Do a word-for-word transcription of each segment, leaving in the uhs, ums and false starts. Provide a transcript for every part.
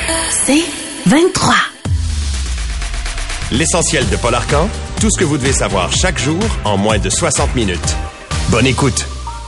C'est vingt-trois. L'essentiel de Paul Arcand, tout ce que vous devez savoir chaque jour en moins de soixante minutes. Bonne écoute.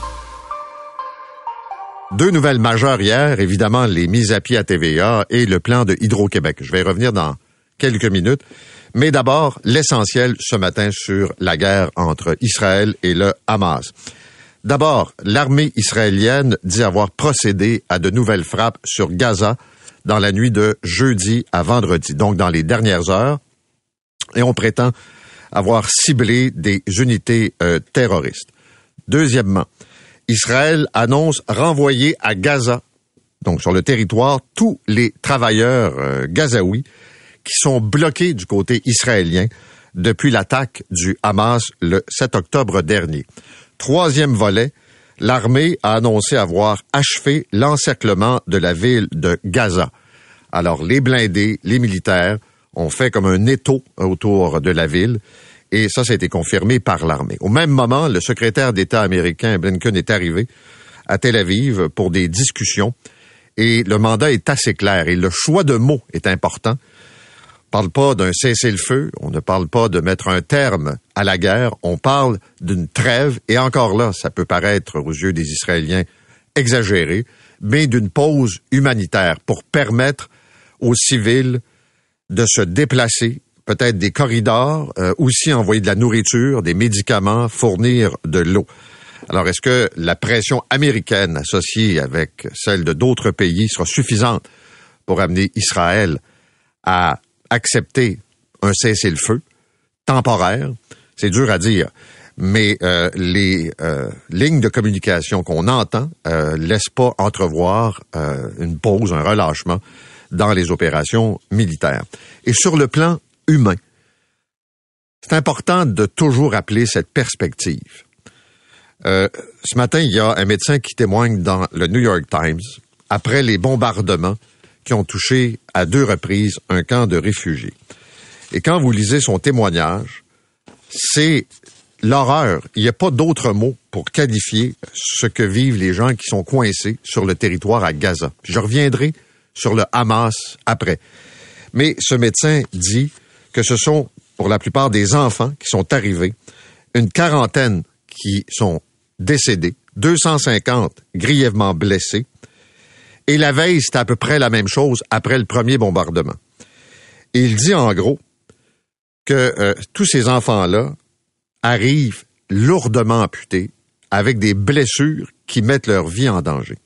Deux nouvelles majeures hier, évidemment les mises à pied à T V A et le plan de Hydro-Québec. Je vais y revenir dans quelques minutes. Mais d'abord, l'essentiel ce matin sur la guerre entre Israël et le Hamas. D'abord, l'armée israélienne dit avoir procédé à de nouvelles frappes sur Gaza dans la nuit de jeudi à vendredi, donc dans les dernières heures. Et on prétend avoir ciblé des unités euh, terroristes. Deuxièmement, Israël annonce renvoyer à Gaza, donc sur le territoire, tous les travailleurs euh, gazaouis qui sont bloqués du côté israélien depuis l'attaque du Hamas le sept octobre dernier. Troisième volet, l'armée a annoncé avoir achevé l'encerclement de la ville de Gaza. Alors, les blindés, les militaires ont fait comme un étau autour de la ville. Et ça, ça a été confirmé par l'armée. Au même moment, le secrétaire d'État américain Blinken est arrivé à Tel Aviv pour des discussions. Et le mandat est assez clair. Et le choix de mots est important. On ne parle pas d'un cessez-le-feu. On ne parle pas de mettre un terme à la guerre. On parle d'une trêve. Et encore là, ça peut paraître aux yeux des Israéliens exagéré, mais d'une pause humanitaire pour permettre aux civils de se déplacer, peut-être des corridors, euh, aussi envoyer de la nourriture, des médicaments, fournir de l'eau. Alors, est-ce que la pression américaine associée avec celle de d'autres pays sera suffisante pour amener Israël à accepter un cessez-le-feu temporaire? C'est dur à dire, mais euh, les euh, lignes de communication qu'on entend euh, laissent pas entrevoir euh, une pause, un relâchement dans les opérations militaires. Et sur le plan humain, c'est important de toujours rappeler cette perspective. Euh, ce matin, il y a un médecin qui témoigne dans le New York Times après les bombardements qui ont touché à deux reprises un camp de réfugiés. Et quand vous lisez son témoignage, c'est l'horreur. Il n'y a pas d'autre mot pour qualifier ce que vivent les gens qui sont coincés sur le territoire à Gaza. Puis je reviendrai sur le Hamas après. Mais ce médecin dit que ce sont, pour la plupart des enfants qui sont arrivés, une quarantaine qui sont décédés, deux cent cinquante grièvement blessés, et la veille, c'était à peu près la même chose après le premier bombardement. Et il dit en gros que euh, tous ces enfants-là arrivent lourdement amputés, avec des blessures qui mettent leur vie en danger.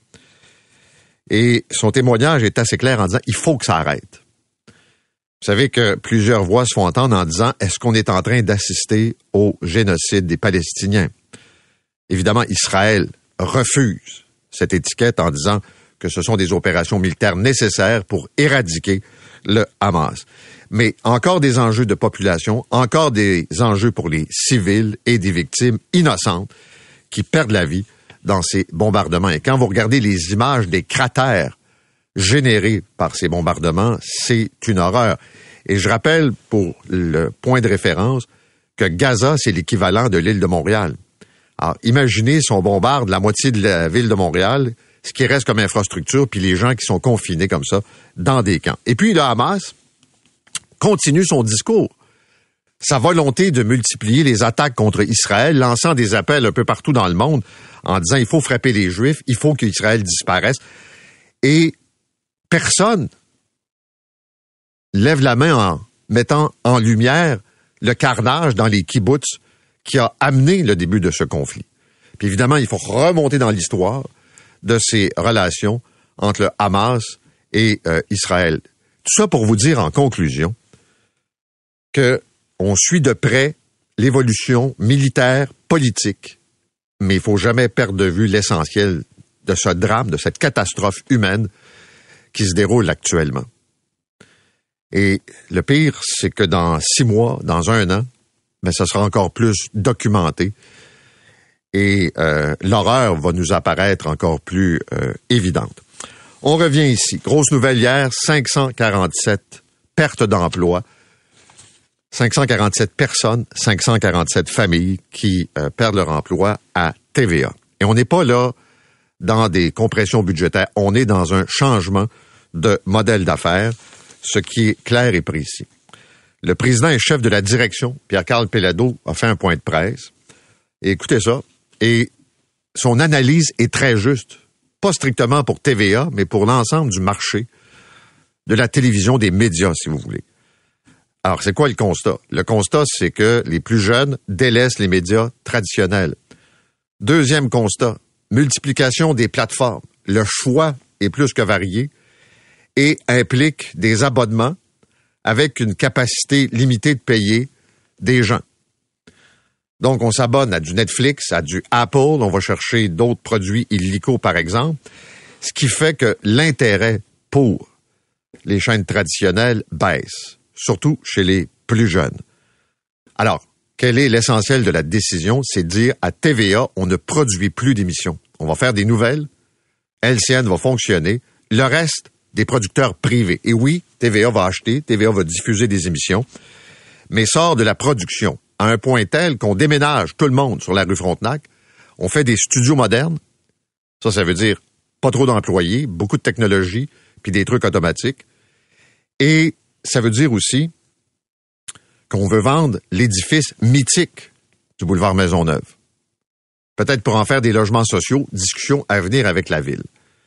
Et son témoignage est assez clair en disant « il faut que ça arrête ». Vous savez que plusieurs voix se font entendre en disant « est-ce qu'on est en train d'assister au génocide des Palestiniens ?» Évidemment, Israël refuse cette étiquette en disant que ce sont des opérations militaires nécessaires pour éradiquer le Hamas. Mais encore des enjeux de population, encore des enjeux pour les civils et des victimes innocentes qui perdent la vie dans ces bombardements. Et quand vous regardez les images des cratères générés par ces bombardements, c'est une horreur. Et je rappelle, pour le point de référence, que Gaza, c'est l'équivalent de l'île de Montréal. Alors, imaginez si on bombarde la moitié de la ville de Montréal, ce qui reste comme infrastructure, puis les gens qui sont confinés comme ça dans des camps. Et puis le Hamas continue son discours. Sa volonté de multiplier les attaques contre Israël, lançant des appels un peu partout dans le monde en disant il faut frapper les Juifs, il faut qu'Israël disparaisse. Et personne lève la main en mettant en lumière le carnage dans les kibboutz qui a amené le début de ce conflit. Puis évidemment, il faut remonter dans l'histoire de ces relations entre le Hamas et euh, Israël. Tout ça pour vous dire en conclusion que on suit de près l'évolution militaire, politique, mais il faut jamais perdre de vue l'essentiel de ce drame, de cette catastrophe humaine qui se déroule actuellement. Et le pire, c'est que dans six mois, dans un an, mais ça sera encore plus documenté et euh, l'horreur va nous apparaître encore plus euh, évidente. On revient ici. Grosse nouvelle hier, cinq cent quarante-sept pertes d'emploi, cinq cent quarante-sept personnes, cinq cent quarante-sept familles qui euh, perdent leur emploi à T V A. Et on n'est pas là dans des compressions budgétaires, on est dans un changement de modèle d'affaires, ce qui est clair et précis. Le président et chef de la direction, Pierre-Carl Péladeau, a fait un point de presse. Et écoutez ça. Et son analyse est très juste. Pas strictement pour T V A, mais pour l'ensemble du marché de la télévision, des médias, si vous voulez. Alors, c'est quoi le constat? Le constat, c'est que les plus jeunes délaissent les médias traditionnels. Deuxième constat, multiplication des plateformes. Le choix est plus que varié et implique des abonnements avec une capacité limitée de payer des gens. Donc, on s'abonne à du Netflix, à du Apple, on va chercher d'autres produits illicaux, par exemple, ce qui fait que l'intérêt pour les chaînes traditionnelles baisse, surtout chez les plus jeunes. Alors, quel est l'essentiel de la décision? C'est de dire à T V A, on ne produit plus d'émissions. On va faire des nouvelles, L C N va fonctionner, le reste, des producteurs privés. Et oui, T V A va acheter, T V A va diffuser des émissions, mais sort de la production à un point tel qu'on déménage tout le monde sur la rue Frontenac, on fait des studios modernes, ça, ça veut dire pas trop d'employés, beaucoup de technologie, puis des trucs automatiques, et ça veut dire aussi qu'on veut vendre l'édifice mythique du boulevard Maisonneuve. Peut-être pour en faire des logements sociaux, discussion à venir avec la ville.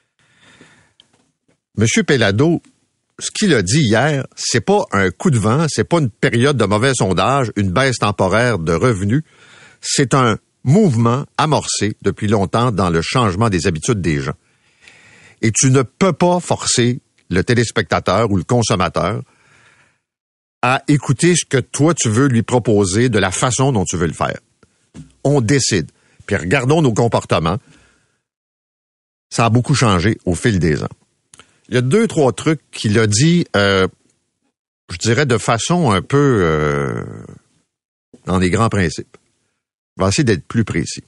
Monsieur Péladeau, ce qu'il a dit hier, c'est pas un coup de vent, c'est pas une période de mauvais sondage, une baisse temporaire de revenus. C'est un mouvement amorcé depuis longtemps dans le changement des habitudes des gens. Et tu ne peux pas forcer le téléspectateur ou le consommateur à écouter ce que toi tu veux lui proposer de la façon dont tu veux le faire. On décide. Puis regardons nos comportements. Ça a beaucoup changé au fil des ans. Il y a deux, trois trucs qu'il a dit, euh, je dirais, de façon un peu euh, dans les grands principes. Je vais essayer d'être plus précis.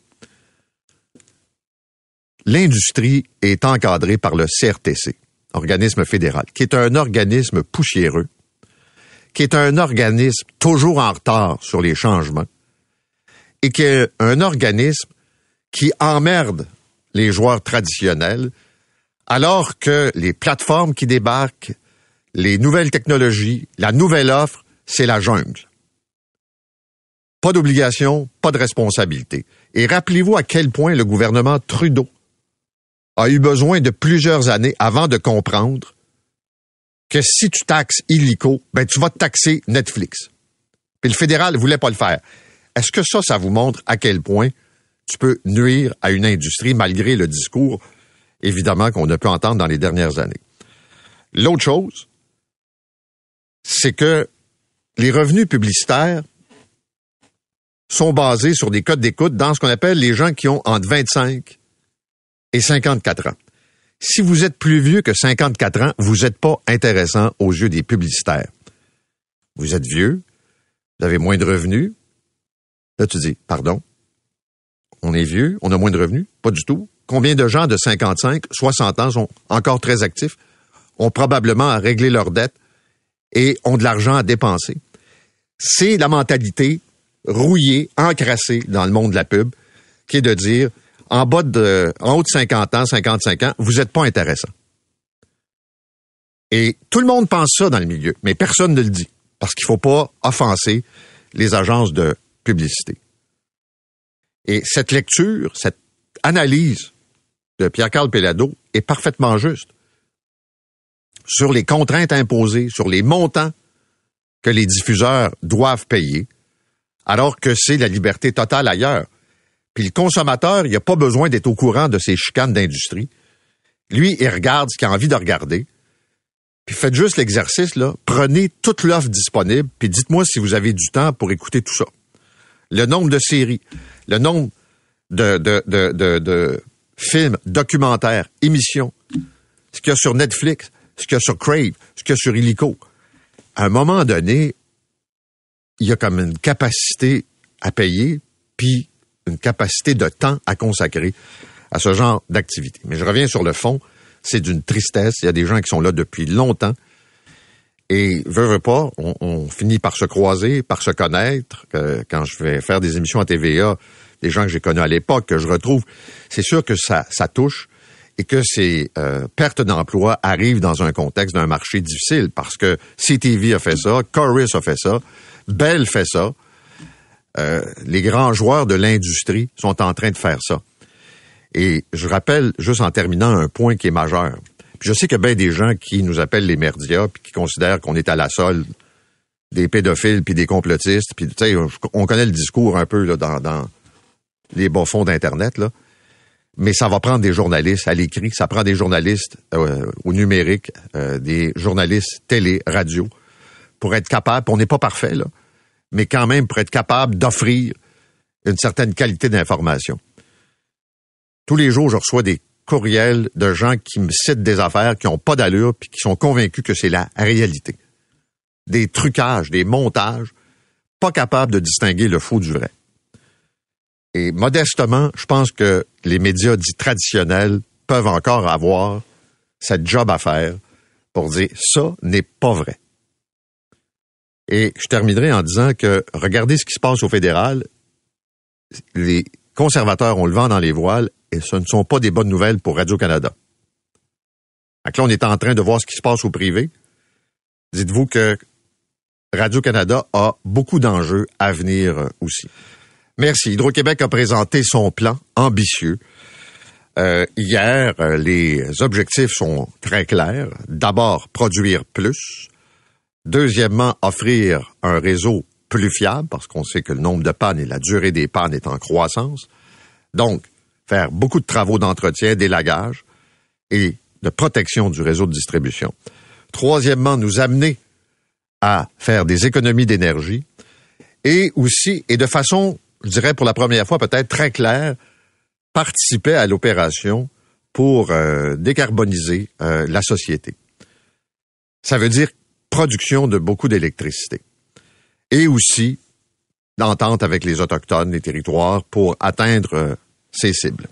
L'industrie est encadrée par le C R T C, organisme fédéral, qui est un organisme poussiéreux, qui est un organisme toujours en retard sur les changements et qui est un organisme qui emmerde les joueurs traditionnels, alors que les plateformes qui débarquent, les nouvelles technologies, la nouvelle offre, c'est la jungle. Pas d'obligation, pas de responsabilité. Et rappelez-vous à quel point le gouvernement Trudeau a eu besoin de plusieurs années avant de comprendre que si tu taxes illico, ben tu vas taxer Netflix. Puis le fédéral ne voulait pas le faire. Est-ce que ça, ça vous montre à quel point tu peux nuire à une industrie malgré le discours évidemment, qu'on a pu entendre dans les dernières années. L'autre chose, c'est que les revenus publicitaires sont basés sur des codes d'écoute dans ce qu'on appelle les gens qui ont entre vingt-cinq et cinquante-quatre ans. Si vous êtes plus vieux que cinquante-quatre ans, vous n'êtes pas intéressant aux yeux des publicitaires. Vous êtes vieux, vous avez moins de revenus. Là, tu dis, pardon, on est vieux, on a moins de revenus? Pas du tout. Combien de gens de cinquante-cinq, soixante ans sont encore très actifs, ont probablement à régler leurs dettes et ont de l'argent à dépenser? C'est la mentalité rouillée, encrassée dans le monde de la pub, qui est de dire, en bas de, en haut de cinquante ans, cinquante-cinq ans, vous n'êtes pas intéressant. Et tout le monde pense ça dans le milieu, mais personne ne le dit, parce qu'il ne faut pas offenser les agences de publicité. Et cette lecture, cette analyse de Pierre-Carl Péladeau est parfaitement juste sur les contraintes imposées, sur les montants que les diffuseurs doivent payer, alors que c'est la liberté totale ailleurs. Puis le consommateur, il n'a pas besoin d'être au courant de ces chicanes d'industrie. Lui, il regarde ce qu'il a envie de regarder. Puis faites juste l'exercice, là. Prenez toute l'offre disponible, puis dites-moi si vous avez du temps pour écouter tout ça. Le nombre de séries, le nombre de, de, de, de, de films, documentaires, émissions, ce qu'il y a sur Netflix, ce qu'il y a sur Crave, ce qu'il y a sur Illico. À un moment donné, il y a comme une capacité à payer, puis une capacité de temps à consacrer à ce genre d'activité. Mais je reviens sur le fond, c'est d'une tristesse. Il y a des gens qui sont là depuis longtemps et, veut, veut pas, on, on finit par se croiser, par se connaître. Euh, quand je vais faire des émissions à T V A, des gens que j'ai connus à l'époque, que je retrouve, c'est sûr que ça, ça touche. et que ces euh, pertes d'emploi arrivent dans un contexte d'un marché difficile, parce que C T V a fait ça, Corus a fait ça, Bell fait ça, euh, les grands joueurs de l'industrie sont en train de faire ça. Et je rappelle, juste en terminant, un point qui est majeur. Puis je sais qu'il y a bien des gens qui nous appellent les merdias, puis qui considèrent qu'on est à la solde des pédophiles, puis des complotistes, puis tu sais, on connaît le discours un peu là, dans, dans les bas-fonds d'Internet, là. Mais ça va prendre des journalistes à l'écrit, ça prend des journalistes euh, au numérique, euh, des journalistes télé, radio, pour être capable, on n'est pas parfait, là, mais quand même pour être capable d'offrir une certaine qualité d'information. Tous les jours, je reçois des courriels de gens qui me citent des affaires qui n'ont pas d'allure puis qui sont convaincus que c'est la réalité. Des trucages, des montages, pas capables de distinguer le faux du vrai. Et modestement, je pense que les médias dits traditionnels peuvent encore avoir cette job à faire pour dire ça n'est pas vrai. Et je terminerai en disant que regardez ce qui se passe au fédéral. Les conservateurs ont le vent dans les voiles et ce ne sont pas des bonnes nouvelles pour Radio-Canada. Donc là, on est en train de voir ce qui se passe au privé. Dites-vous que Radio-Canada a beaucoup d'enjeux à venir aussi. Merci. Hydro-Québec a présenté son plan ambitieux. Euh, hier, les objectifs sont très clairs. D'abord, produire plus. Deuxièmement, offrir un réseau plus fiable, parce qu'on sait que le nombre de pannes et la durée des pannes est en croissance. Donc, faire beaucoup de travaux d'entretien, d'élagage et de protection du réseau de distribution. Troisièmement, nous amener à faire des économies d'énergie et aussi, et de façon, je dirais pour la première fois peut-être très claire, participer à l'opération pour euh, décarboniser euh, la société. Ça veut dire production de beaucoup d'électricité. Et aussi l'entente avec les Autochtones, les territoires, pour atteindre euh, ces cibles.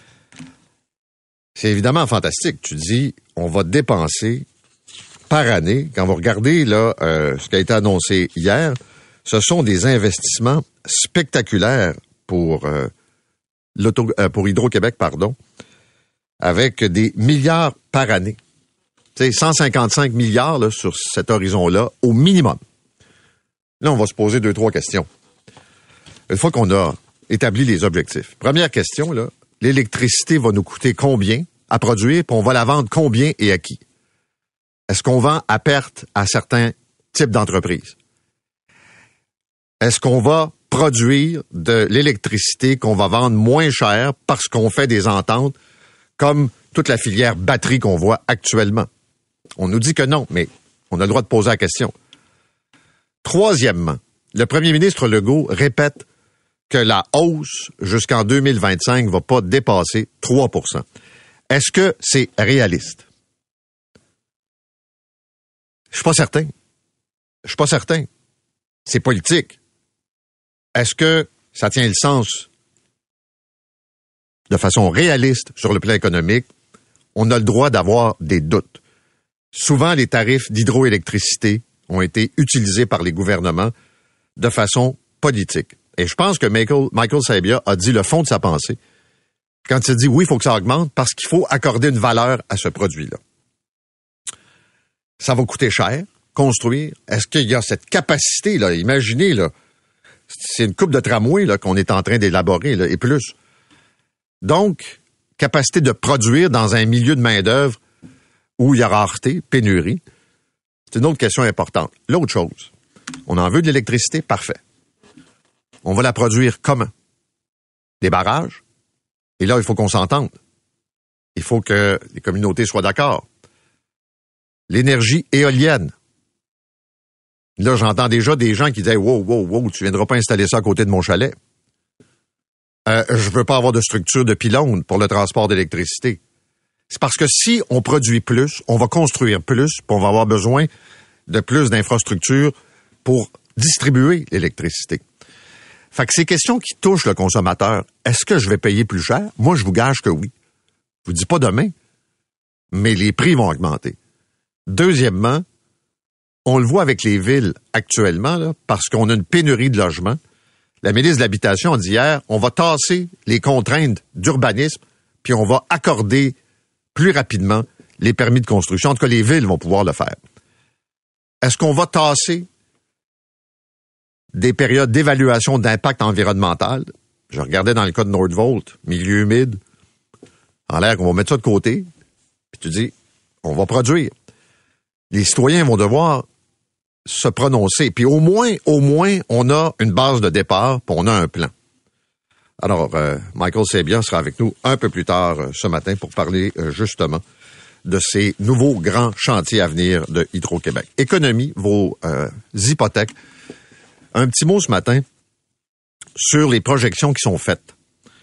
C'est évidemment fantastique. Tu dis, on va dépenser par année, quand vous regardez là, euh, ce qui a été annoncé hier, ce sont des investissements spectaculaires pour, euh, l'auto, euh, pour Hydro-Québec, pardon, avec des milliards par année. Tu sais, cent cinquante-cinq milliards là, sur cet horizon-là, au minimum. Là, on va se poser deux, trois questions. Une fois qu'on a établi les objectifs. Première question, là, l'électricité va nous coûter combien à produire, puis on va la vendre combien et à qui? Est-ce qu'on vend à perte à certains types d'entreprises? Est-ce qu'on va produire de l'électricité qu'on va vendre moins cher parce qu'on fait des ententes comme toute la filière batterie qu'on voit actuellement? On nous dit que non, mais on a le droit de poser la question. Troisièmement, le premier ministre Legault répète que la hausse jusqu'en deux mille vingt-cinq ne va pas dépasser trois pour cent. Est-ce que c'est réaliste? Je suis pas certain. Je suis pas certain. C'est politique. Est-ce que ça tient le sens de façon réaliste sur le plan économique? On a le droit d'avoir des doutes. Souvent, les tarifs d'hydroélectricité ont été utilisés par les gouvernements de façon politique. Et je pense que Michael, Michael Sabia a dit le fond de sa pensée quand il dit oui, il faut que ça augmente parce qu'il faut accorder une valeur à ce produit-là. Ça va coûter cher, construire. Est-ce qu'il y a cette capacité, là? Imaginez, là, c'est une coupe de tramway là, qu'on est en train d'élaborer, là, et plus. Donc, capacité de produire dans un milieu de main-d'œuvre où il y a rareté, pénurie. C'est une autre question importante. L'autre chose, on en veut de l'électricité, parfait. On va la produire comment? Des barrages. Et là, il faut qu'on s'entende. Il faut que les communautés soient d'accord. L'énergie éolienne. Là, j'entends déjà des gens qui disent « Wow, wow, wow, tu viendras pas installer ça à côté de mon chalet. Euh, je veux pas avoir de structure de pylône pour le transport d'électricité. » C'est parce que si on produit plus, on va construire plus, puis on va avoir besoin de plus d'infrastructures pour distribuer l'électricité. Fait que ces questions qui touchent le consommateur, est-ce que je vais payer plus cher? Moi, je vous gage que oui. Je vous dis pas demain, mais les prix vont augmenter. Deuxièmement, on le voit avec les villes actuellement, là, parce qu'on a une pénurie de logements. La ministre de l'Habitation a dit hier, on va tasser les contraintes d'urbanisme, puis on va accorder plus rapidement les permis de construction. En tout cas, les villes vont pouvoir le faire. Est-ce qu'on va tasser des périodes d'évaluation d'impact environnemental? Je regardais dans le cas de Nordvolt, milieu humide, en l'air qu'on va mettre ça de côté, puis tu dis, on va produire. Les citoyens vont devoir se prononcer. Puis au moins, au moins, on a une base de départ, puis on a un plan. Alors, euh, Michael Sabia sera avec nous un peu plus tard euh, ce matin pour parler euh, justement de ces nouveaux grands chantiers à venir de Hydro-Québec. Économie, vos euh, hypothèques. Un petit mot ce matin sur les projections qui sont faites.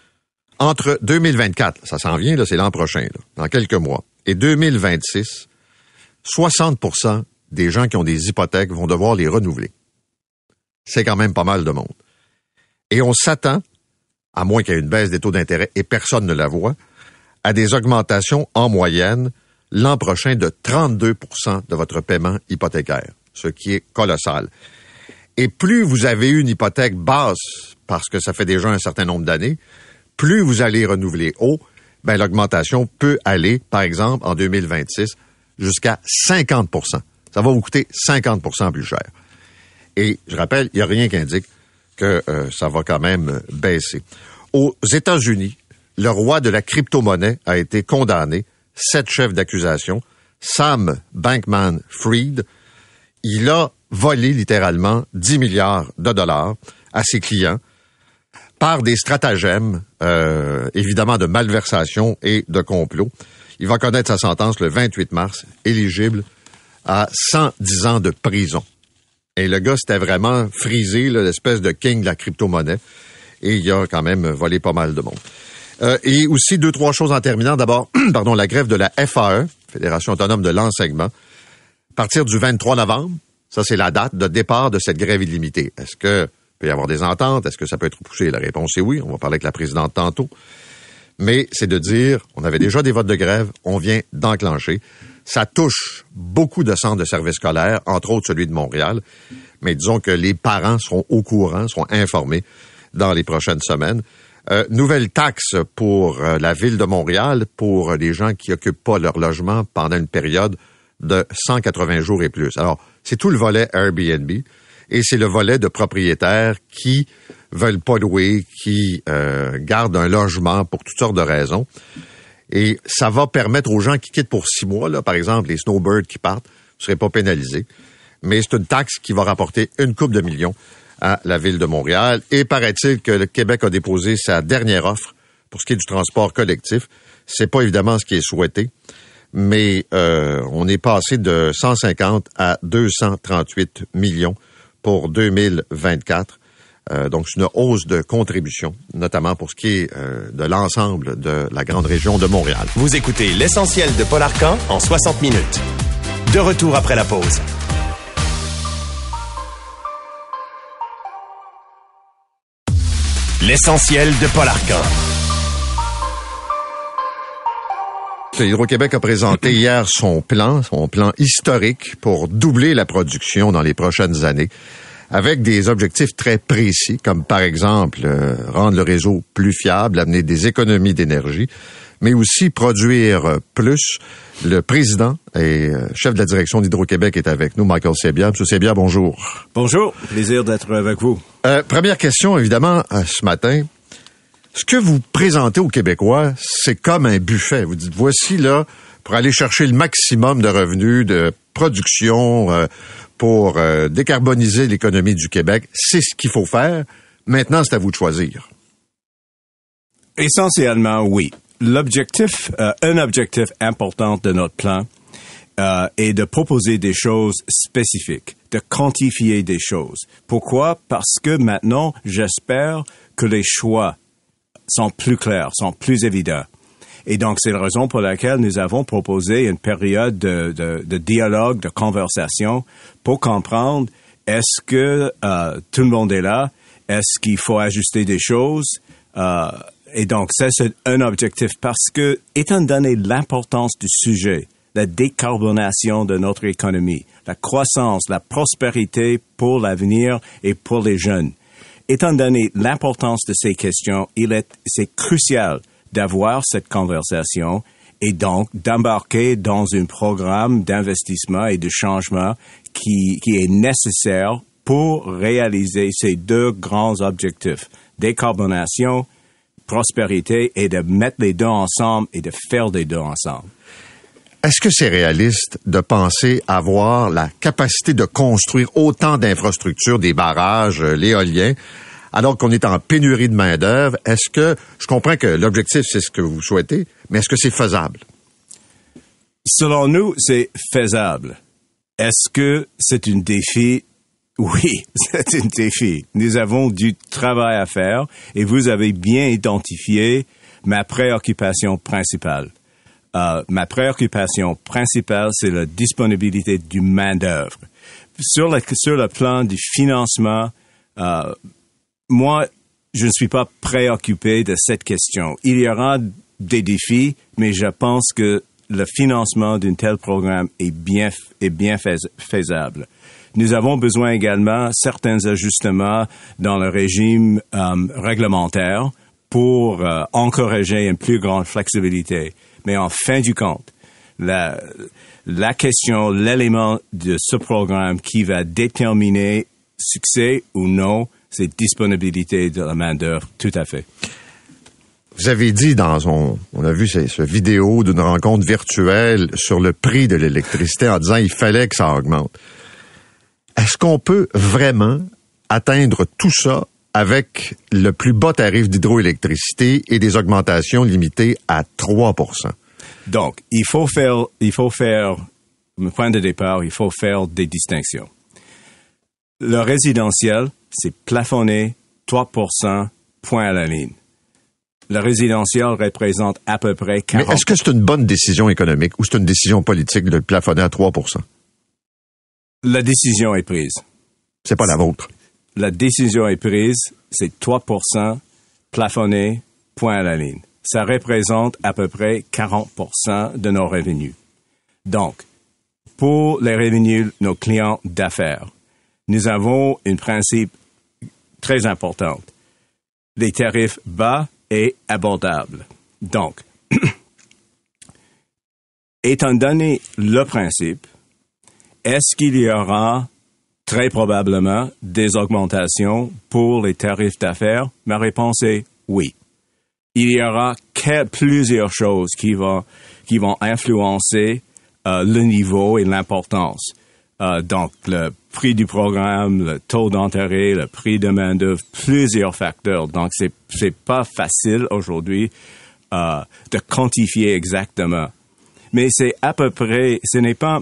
Entre deux mille vingt-quatre, ça s'en vient, là, c'est l'an prochain, là, dans quelques mois, et deux mille vingt-six, soixante pour cent des gens qui ont des hypothèques vont devoir les renouveler. C'est quand même pas mal de monde. Et on s'attend, à moins qu'il y ait une baisse des taux d'intérêt et personne ne la voit, à des augmentations en moyenne l'an prochain de trente-deux pour cent de votre paiement hypothécaire, ce qui est colossal. Et plus vous avez une hypothèque basse, parce que ça fait déjà un certain nombre d'années, plus vous allez renouveler haut, ben l'augmentation peut aller, par exemple, en deux mille vingt-six, jusqu'à cinquante pour cent. Ça va vous coûter cinquante pour cent plus cher. Et je rappelle, il n'y a rien qui indique que euh, ça va quand même baisser. Aux États-Unis, le roi de la crypto-monnaie a été condamné, sept chefs d'accusation. Sam Bankman-Fried, il a volé littéralement dix milliards de dollars à ses clients par des stratagèmes, euh, évidemment de malversation et de complot. Il va connaître sa sentence le vingt-huit mars, éligible à cent dix ans de prison. Et le gars, c'était vraiment frisé, là, l'espèce de king de la crypto-monnaie. Et il a quand même volé pas mal de monde. Euh, et aussi, deux, trois choses en terminant. D'abord, pardon, la grève de la F A E, Fédération autonome de l'enseignement, à partir du vingt-trois novembre, ça c'est la date de départ de cette grève illimitée. Est-ce que peut y avoir des ententes? Est-ce que ça peut être repoussé? La réponse est oui. On va parler avec la présidente tantôt. Mais c'est de dire, on avait déjà des votes de grève, on vient d'enclencher. Ça touche beaucoup de centres de services scolaires, entre autres celui de Montréal. Mais disons que les parents seront au courant, seront informés dans les prochaines semaines. Euh, nouvelle taxe pour euh, la ville de Montréal pour les gens qui occupent pas leur logement pendant une période de cent quatre-vingts jours et plus. Alors, c'est tout le volet Airbnb et c'est le volet de propriétaires qui veulent pas louer, qui euh, gardent un logement pour toutes sortes de raisons. Et ça va permettre aux gens qui quittent pour six mois, là, par exemple, les snowbirds qui partent, ne seraient pas pénalisés. Mais c'est une taxe qui va rapporter une couple de millions à la ville de Montréal. Et paraît-il que le Québec a déposé sa dernière offre pour ce qui est du transport collectif. C'est pas évidemment ce qui est souhaité, mais euh, on est passé de cent cinquante à deux cent trente-huit millions pour deux mille vingt-quatre. Euh, donc, c'est une hausse de contribution, notamment pour ce qui est euh, de l'ensemble de la grande région de Montréal. Vous écoutez l'essentiel de Paul Arcan en soixante minutes. De retour après la pause. L'essentiel de Paul Arcan. Hydro-Québec a présenté hier son plan, son plan historique pour doubler la production dans les prochaines années, avec des objectifs très précis, comme par exemple euh, rendre le réseau plus fiable, amener des économies d'énergie, mais aussi produire plus. Le président et euh, chef de la direction d'Hydro-Québec est avec nous, Michael Sabia. Monsieur Sabia, bonjour. Bonjour, plaisir d'être avec vous. Euh, première question, évidemment, euh, ce matin. Ce que vous présentez aux Québécois, c'est comme un buffet. Vous dites, voici là, pour aller chercher le maximum de revenus, de production, euh, pour euh, décarboniser l'économie du Québec. C'est ce qu'il faut faire. Maintenant, c'est à vous de choisir. Essentiellement, oui. L'objectif, euh, un objectif important de notre plan euh, est de proposer des choses spécifiques, de quantifier des choses. Pourquoi? Parce que maintenant, j'espère que les choix sont plus clairs, sont plus évidents. Et donc, c'est la raison pour laquelle nous avons proposé une période de, de, de dialogue, de conversation pour comprendre est-ce que euh, tout le monde est là, est-ce qu'il faut ajuster des choses. Euh, et donc, ça, c'est un objectif parce que, étant donné l'importance du sujet, la décarbonation de notre économie, la croissance, la prospérité pour l'avenir et pour les jeunes, étant donné l'importance de ces questions, il est, c'est crucial d'avoir cette conversation et donc d'embarquer dans un programme d'investissement et de changement qui, qui est nécessaire pour réaliser ces deux grands objectifs, décarbonation, prospérité, et de mettre les deux ensemble et de faire les deux ensemble. Est-ce que c'est réaliste de penser avoir la capacité de construire autant d'infrastructures, des barrages, l'éolien, alors qu'on est en pénurie de main-d'œuvre? Est-ce que, je comprends que l'objectif, c'est ce que vous souhaitez, mais est-ce que c'est faisable? Selon nous, c'est faisable. Est-ce que c'est un défi? Oui, c'est un défi. Nous avons du travail à faire et vous avez bien identifié ma préoccupation principale. Euh, ma préoccupation principale, c'est la disponibilité du main-d'œuvre. Sur le, sur le plan du financement, euh, moi, je ne suis pas préoccupé de cette question. Il y aura des défis, mais je pense que le financement d'un tel programme est bien, est bien fais, faisable. Nous avons besoin également de certains ajustements dans le régime euh, réglementaire pour euh, encourager une plus grande flexibilité. Mais en fin du compte, la, la question, l'élément de ce programme qui va déterminer succès ou non, c'est disponibilité de la main-d'œuvre, tout à fait. Vous avez dit dans son, on a vu ce, ce vidéo d'une rencontre virtuelle sur le prix de l'électricité en disant il fallait que ça augmente. Est-ce qu'on peut vraiment atteindre tout ça avec le plus bas tarif d'hydroélectricité et des augmentations limitées à trois pour cent? Donc, il faut faire, il faut faire, le point de départ, il faut faire des distinctions. Le résidentiel, c'est plafonné trois pour cent, point à la ligne. Le résidentiel représente à peu près quarante pour cent. Mais est-ce que c'est une bonne décision économique ou c'est une décision politique de le plafonner à trois pour cent? La décision est prise. C'est pas la vôtre. La décision est prise, c'est trois pour cent plafonné, point à la ligne. Ça représente à peu près quarante pour cent de nos revenus. Donc, pour les revenus de nos clients d'affaires, nous avons un principe très important. Les tarifs bas et abordables. Donc, étant donné le principe, est-ce qu'il y aura très probablement des augmentations pour les tarifs d'affaires? Ma réponse est oui. Il y aura plusieurs choses qui vont, qui vont influencer euh, le niveau et l'importance. Euh, donc, le prix du programme, le taux d'intérêt, le prix de main-d'œuvre, plusieurs facteurs. Donc, c'est, c'est pas facile aujourd'hui euh, de quantifier exactement. Mais c'est à peu près, ce n'est pas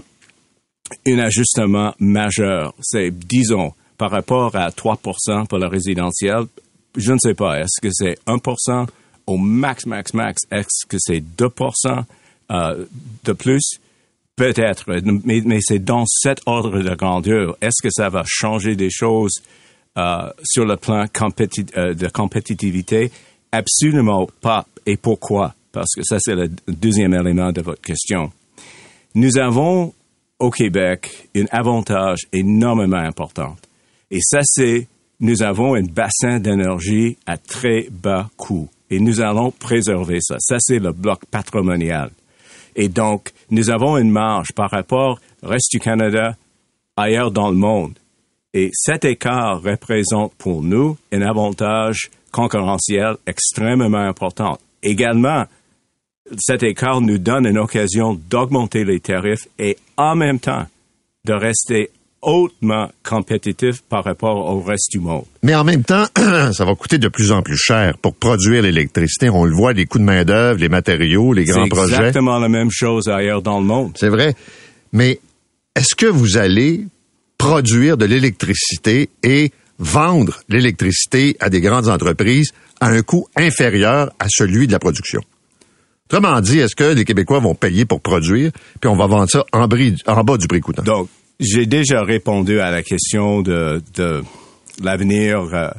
un ajustement majeur. C'est, disons, par rapport à trois pour cent pour le résidentiel, je ne sais pas, est-ce que c'est un pour cent au max, max, max? Est-ce que c'est deux pour cent euh, de plus? Peut-être, mais, mais c'est dans cet ordre de grandeur. Est-ce que ça va changer des choses euh, sur le plan compétit- euh, de compétitivité? Absolument pas. Et pourquoi? Parce que ça, c'est le deuxième élément de votre question. Nous avons au Québec un avantage énormément important. Et ça, c'est, nous avons un bassin d'énergie à très bas coût. Et nous allons préserver ça. Ça, c'est le bloc patrimonial. Et donc, nous avons une marge par rapport au reste du Canada, ailleurs dans le monde. Et cet écart représente pour nous un avantage concurrentiel extrêmement important. Également, cet écart nous donne une occasion d'augmenter les tarifs et en même temps de rester hautement compétitif par rapport au reste du monde. Mais en même temps, ça va coûter de plus en plus cher pour produire l'électricité. On le voit, les coûts de main-d'œuvre, les matériaux, les grands projets. C'est exactement la même chose ailleurs dans le monde. C'est vrai. Mais est-ce que vous allez produire de l'électricité et vendre l'électricité à des grandes entreprises à un coût inférieur à celui de la production? Autrement dit, est-ce que les Québécois vont payer pour produire, puis on va vendre ça en, bris, en bas du prix coûtant? Donc, j'ai déjà répondu à la question de, de l'avenir euh,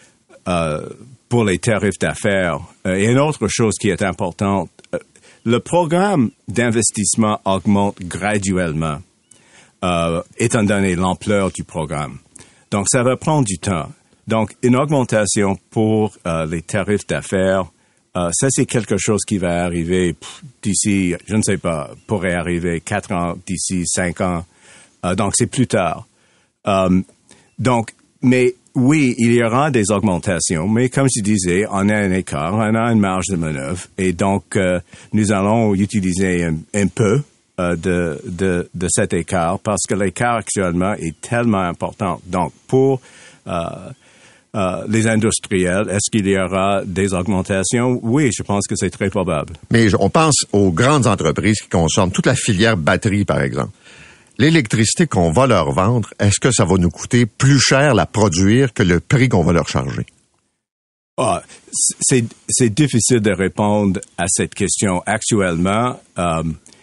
euh, pour les tarifs d'affaires. Euh, et une autre chose qui est importante, euh, le programme d'investissement augmente graduellement, euh, étant donné l'ampleur du programme. Donc, ça va prendre du temps. Donc, une augmentation pour euh, les tarifs d'affaires Euh, ça, c'est quelque chose qui va arriver pff, d'ici, je ne sais pas, pourrait arriver quatre ans, d'ici cinq ans. Euh, donc, c'est plus tard. Euh, donc, mais oui, il y aura des augmentations, mais comme je disais, on a un écart, on a une marge de manœuvre, et donc euh, nous allons utiliser un, un peu euh, de, de, de cet écart parce que l'écart actuellement est tellement important. Donc, pour euh, euh, les industriels, est-ce qu'il y aura des augmentations? Oui, je pense que c'est très probable. Mais on pense aux grandes entreprises qui consomment toute la filière batterie, par exemple. L'électricité qu'on va leur vendre, est-ce que ça va nous coûter plus cher la produire que le prix qu'on va leur charger? Ah, c'est, c'est difficile de répondre à cette question. Actuellement, euh,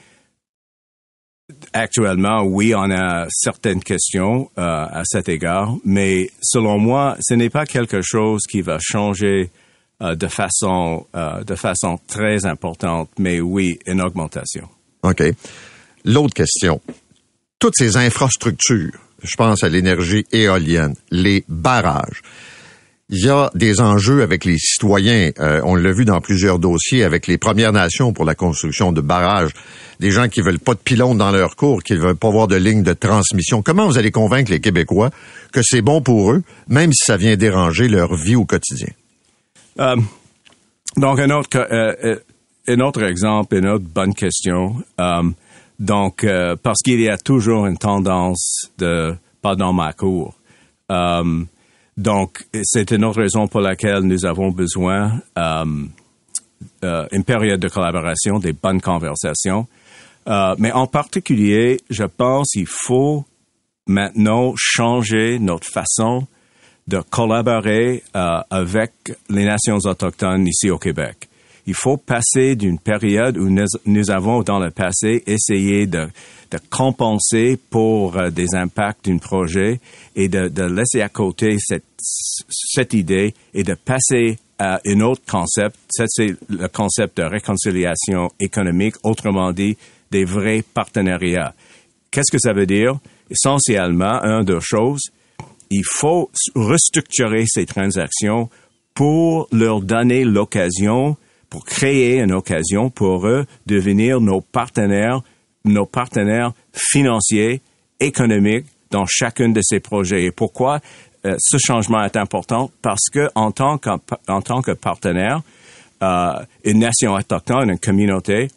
actuellement, oui, on a certaines questions euh, à cet égard, mais selon moi, ce n'est pas quelque chose qui va changer euh, de façon, euh, de façon très importante, mais oui, une augmentation. OK. L'autre question. Toutes ces infrastructures, je pense à l'énergie éolienne, les barrages, il y a des enjeux avec les citoyens. Euh, on l'a vu dans plusieurs dossiers avec les Premières Nations pour la construction de barrages. Des gens qui veulent pas de pylônes dans leur cours, qui veulent pas voir de ligne de transmission. Comment vous allez convaincre les Québécois que c'est bon pour eux, même si ça vient déranger leur vie au quotidien? Euh, donc, un autre, euh, un autre exemple, une autre bonne question. Euh, Donc, euh, parce qu'il y a toujours une tendance de pas dans ma cour. Euh, donc, c'est une autre raison pour laquelle nous avons besoin euh, euh, une période de collaboration, des bonnes conversations. Euh, mais en particulier, je pense qu'il faut maintenant changer notre façon de collaborer euh, avec les nations autochtones ici au Québec. Il faut passer d'une période où nous, nous avons, dans le passé, essayé de, de compenser pour euh, des impacts d'un projet et de, de laisser à côté cette, cette idée et de passer à un autre concept. Ça, c'est le concept de réconciliation économique, autrement dit, des vrais partenariats. Qu'est-ce que ça veut dire? Essentiellement, un, deux choses. Il faut restructurer ces transactions pour leur donner l'occasion pour créer une occasion pour eux de devenir nos partenaires, nos partenaires financiers, économiques dans chacun de ces projets. Et pourquoi euh, ce changement est important? Parce que en tant que, en tant que partenaire, euh, une nation autochtone, une communauté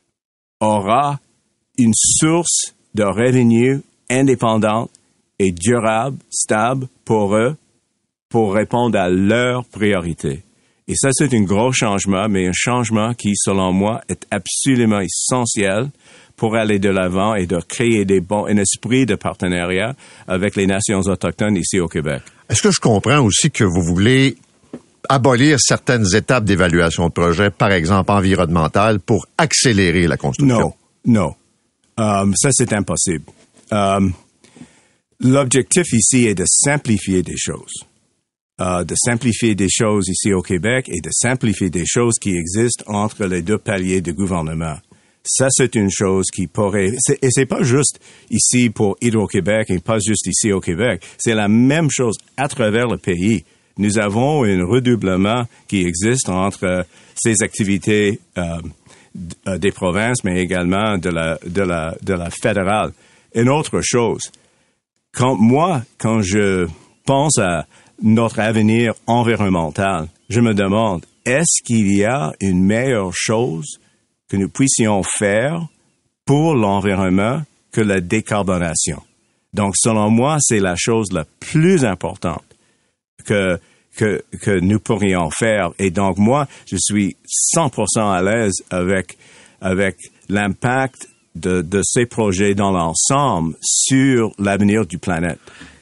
aura une source de revenus indépendante et durable, stable pour eux, pour répondre à leurs priorités. Et ça, c'est un gros changement, mais un changement qui, selon moi, est absolument essentiel pour aller de l'avant et de créer des bons, un esprit de partenariat avec les nations autochtones ici au Québec. Est-ce que je comprends aussi que vous voulez abolir certaines étapes d'évaluation de projet, par exemple environnementale, pour accélérer la construction? Non, non. Um, ça, c'est impossible. Um, l'objectif ici est de simplifier des choses. Uh, de simplifier des choses ici au Québec et de simplifier des choses qui existent entre les deux paliers de gouvernement. Ça, c'est une chose qui pourrait... C'est, et c'est pas juste ici pour Hydro-Québec et pas juste ici au Québec. C'est la même chose à travers le pays. Nous avons un redoublement qui existe entre euh, ces activités euh, d- des provinces, mais également de la, de la, de la fédérale. Une autre chose, quand moi, quand je pense à notre avenir environnemental, je me demande, est-ce qu'il y a une meilleure chose que nous puissions faire pour l'environnement que la décarbonation? Donc, selon moi, c'est la chose la plus importante que, que, que nous pourrions faire. Et donc, moi, je suis cent pour cent à l'aise avec, avec l'impact de, de ces projets dans l'ensemble sur l'avenir du planète.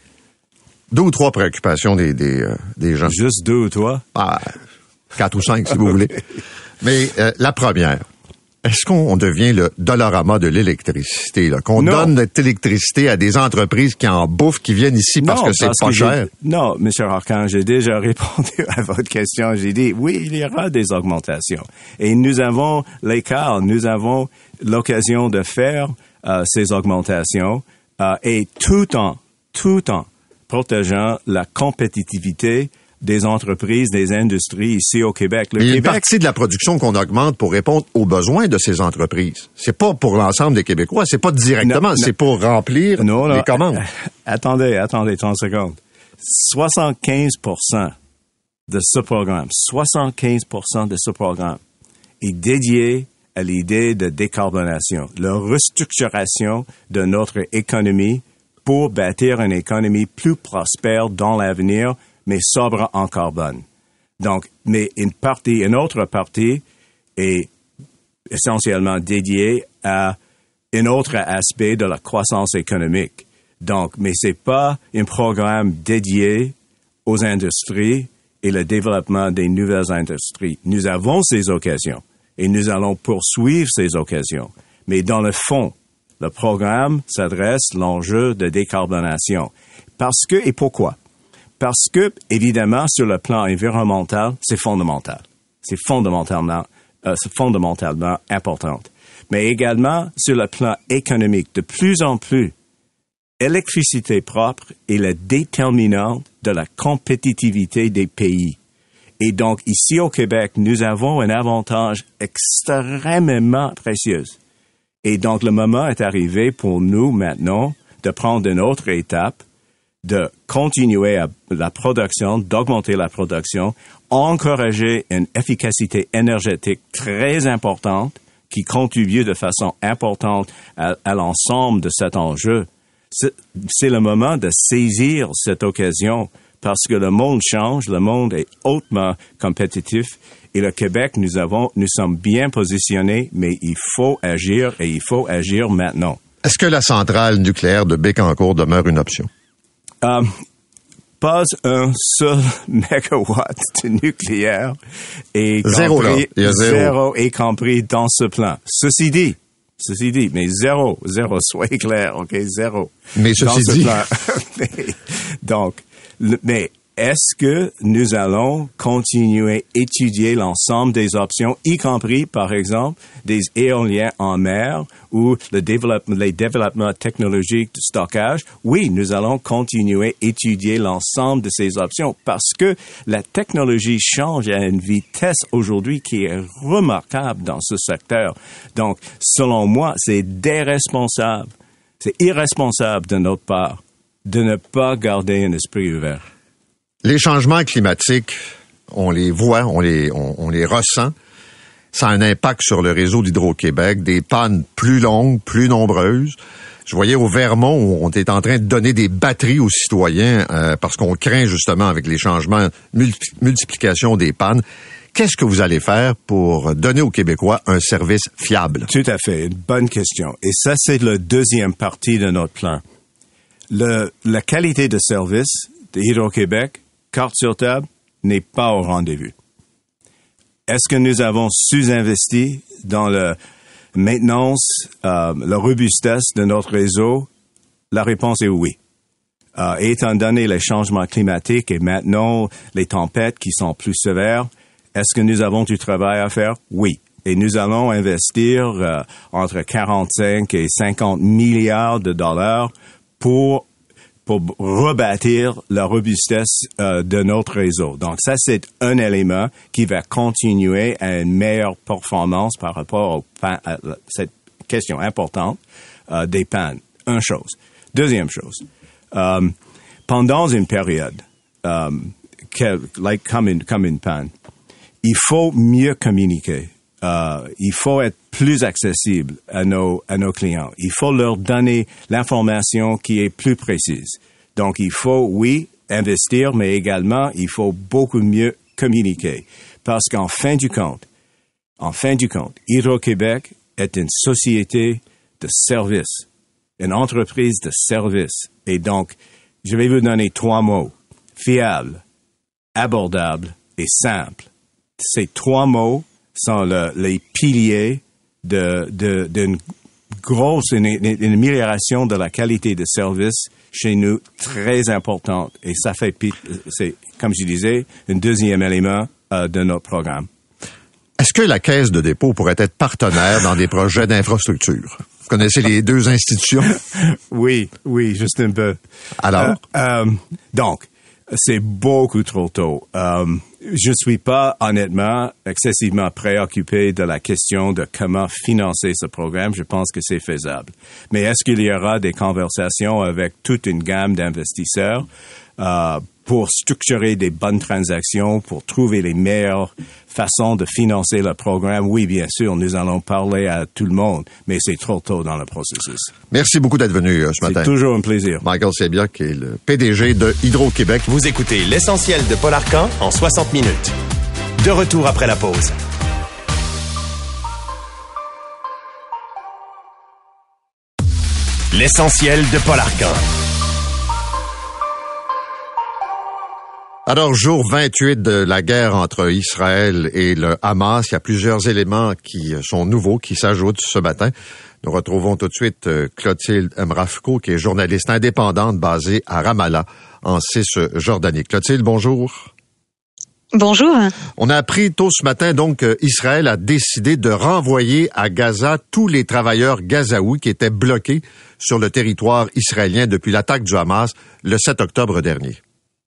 Deux ou trois préoccupations des, des, euh, des gens. Juste deux ou trois? Ah, quatre ou cinq, si vous voulez. Mais euh, la première, est-ce qu'on devient le Dollarama de l'électricité, là, qu'on non. donne notre électricité à des entreprises qui en bouffent, qui viennent ici parce non, que c'est parce pas que cher? Non, M. Arcand, j'ai déjà répondu à votre question. J'ai dit, oui, il y aura des augmentations. Et nous avons l'écart, nous avons l'occasion de faire euh, ces augmentations euh, et tout en, tout en protégeant la compétitivité des entreprises, des industries ici au Québec. Le Mais il y a une Québec, partie de la production qu'on augmente pour répondre aux besoins de ces entreprises. C'est pas pour l'ensemble des Québécois, c'est pas directement, Non, c'est non. pour remplir non, non, les commandes. Attendez, attendez trente secondes. soixante-quinze pour cent de ce programme, soixante-quinze pour cent de ce programme est dédié à l'idée de décarbonation, la restructuration de notre économie pour bâtir une économie plus prospère dans l'avenir, mais sobre en carbone. Donc, mais une partie, une autre partie est essentiellement dédiée à un autre aspect de la croissance économique. Donc, mais c'est pas un programme dédié aux industries et le développement des nouvelles industries. Nous avons ces occasions et nous allons poursuivre ces occasions. Mais dans le fond, le programme s'adresse à l'enjeu de décarbonation. Parce que, et pourquoi? Parce que, évidemment, sur le plan environnemental, c'est fondamental. C'est fondamentalement, euh, c'est fondamentalement important. Mais également, sur le plan économique, de plus en plus, l'électricité propre est la déterminante de la compétitivité des pays. Et donc, ici au Québec, nous avons un avantage extrêmement précieux. Et donc, le moment est arrivé pour nous maintenant de prendre une autre étape, de continuer à la production, d'augmenter la production, encourager une efficacité énergétique très importante qui contribue de façon importante à, à l'ensemble de cet enjeu. C'est, c'est le moment de saisir cette occasion parce que le monde change, le monde est hautement compétitif et le Québec, nous avons, nous sommes bien positionnés, mais il faut agir et il faut agir maintenant. Est-ce que la centrale nucléaire de Bécancour demeure une option? Euh, pas un seul mégawatt de nucléaire est Zéro, compris, là. Il y a zéro. zéro est compris dans ce plan. Ceci dit, ceci dit, mais zéro, zéro, soyez clair, ok, zéro. Mais dans ceci ce dit. plan. mais, donc, le, mais est-ce que nous allons continuer à étudier l'ensemble des options, y compris, par exemple, des éoliens en mer ou le développement, les développements technologiques de stockage? Oui, nous allons continuer à étudier l'ensemble de ces options parce que la technologie change à une vitesse aujourd'hui qui est remarquable dans ce secteur. Donc, selon moi, c'est déresponsable, c'est irresponsable de notre part de ne pas garder un esprit ouvert. Les changements climatiques, on les voit, on les, on, on les ressent. Ça a un impact sur le réseau d'Hydro-Québec, des pannes plus longues, plus nombreuses. Je voyais au Vermont où on est en train de donner des batteries aux citoyens euh, parce qu'on craint justement avec les changements, multi- multiplication des pannes. Qu'est-ce que vous allez faire pour donner aux Québécois un service fiable? Tout à fait, une bonne question. Et ça, c'est la deuxième partie de notre plan. Le, la qualité de service de Hydro-Québec, carte sur table, n'est pas au rendez-vous. Est-ce que nous avons sous-investi dans la maintenance, euh, la robustesse de notre réseau? La réponse est oui. Euh, étant donné les changements climatiques et maintenant les tempêtes qui sont plus sévères, est-ce que nous avons du travail à faire? Oui. Et nous allons investir euh, entre quarante-cinq et cinquante milliards de dollars pour pour rebâtir la robustesse euh, de notre réseau. Donc ça, c'est un élément qui va continuer à une meilleure performance par rapport au pan, à cette question importante euh, des pannes. Une chose. Deuxième chose. Euh, pendant une période, euh, que, like, comme une, comme une panne, il faut mieux communiquer. Euh, il faut être plus accessible à nos, à nos clients. Il faut leur donner l'information qui est plus précise. Donc, il faut, oui, investir, mais également, il faut beaucoup mieux communiquer. Parce qu'en fin du compte, en fin du compte, Hydro-Québec est une société de service, une entreprise de service. Et donc, je vais vous donner trois mots. Fiable, abordable et simple. Ces trois mots sont le, les piliers de, de, d'une grosse, une, une amélioration de la qualité de service chez nous très importante. Et ça fait, c'est, comme je disais, un deuxième élément euh, de notre programme. Est-ce que la Caisse de dépôt pourrait être partenaire dans des projets d'infrastructure? Vous connaissez les deux institutions? Oui, oui, juste un peu. Alors? Euh, euh, donc, C'est beaucoup trop tôt. Euh, je suis pas, honnêtement, excessivement préoccupé de la question de comment financer ce programme. Je pense que c'est faisable. Mais est-ce qu'il y aura des conversations avec toute une gamme d'investisseurs euh, pour structurer des bonnes transactions, pour trouver les meilleures façons de financer le programme? Oui, bien sûr, nous allons parler à tout le monde, mais c'est trop tôt dans le processus. Merci beaucoup d'être venu euh, ce matin. C'est toujours un plaisir. Michael Sabiak, qui est le P D G de Hydro-Québec. Vous écoutez l'essentiel de Paul Arcan en soixante minutes. De retour après la pause. L'essentiel de Paul Arcan. Alors, jour vingt-huit de la guerre entre Israël et le Hamas, il y a plusieurs éléments qui sont nouveaux, qui s'ajoutent ce matin. Nous retrouvons tout de suite Clotilde Mrafko, qui est journaliste indépendante basée à Ramallah, en Cisjordanie. Clotilde, bonjour. Bonjour. On a appris tôt ce matin, donc, qu'Israël a décidé de renvoyer à Gaza tous les travailleurs gazaouis qui étaient bloqués sur le territoire israélien depuis l'attaque du Hamas le sept octobre dernier.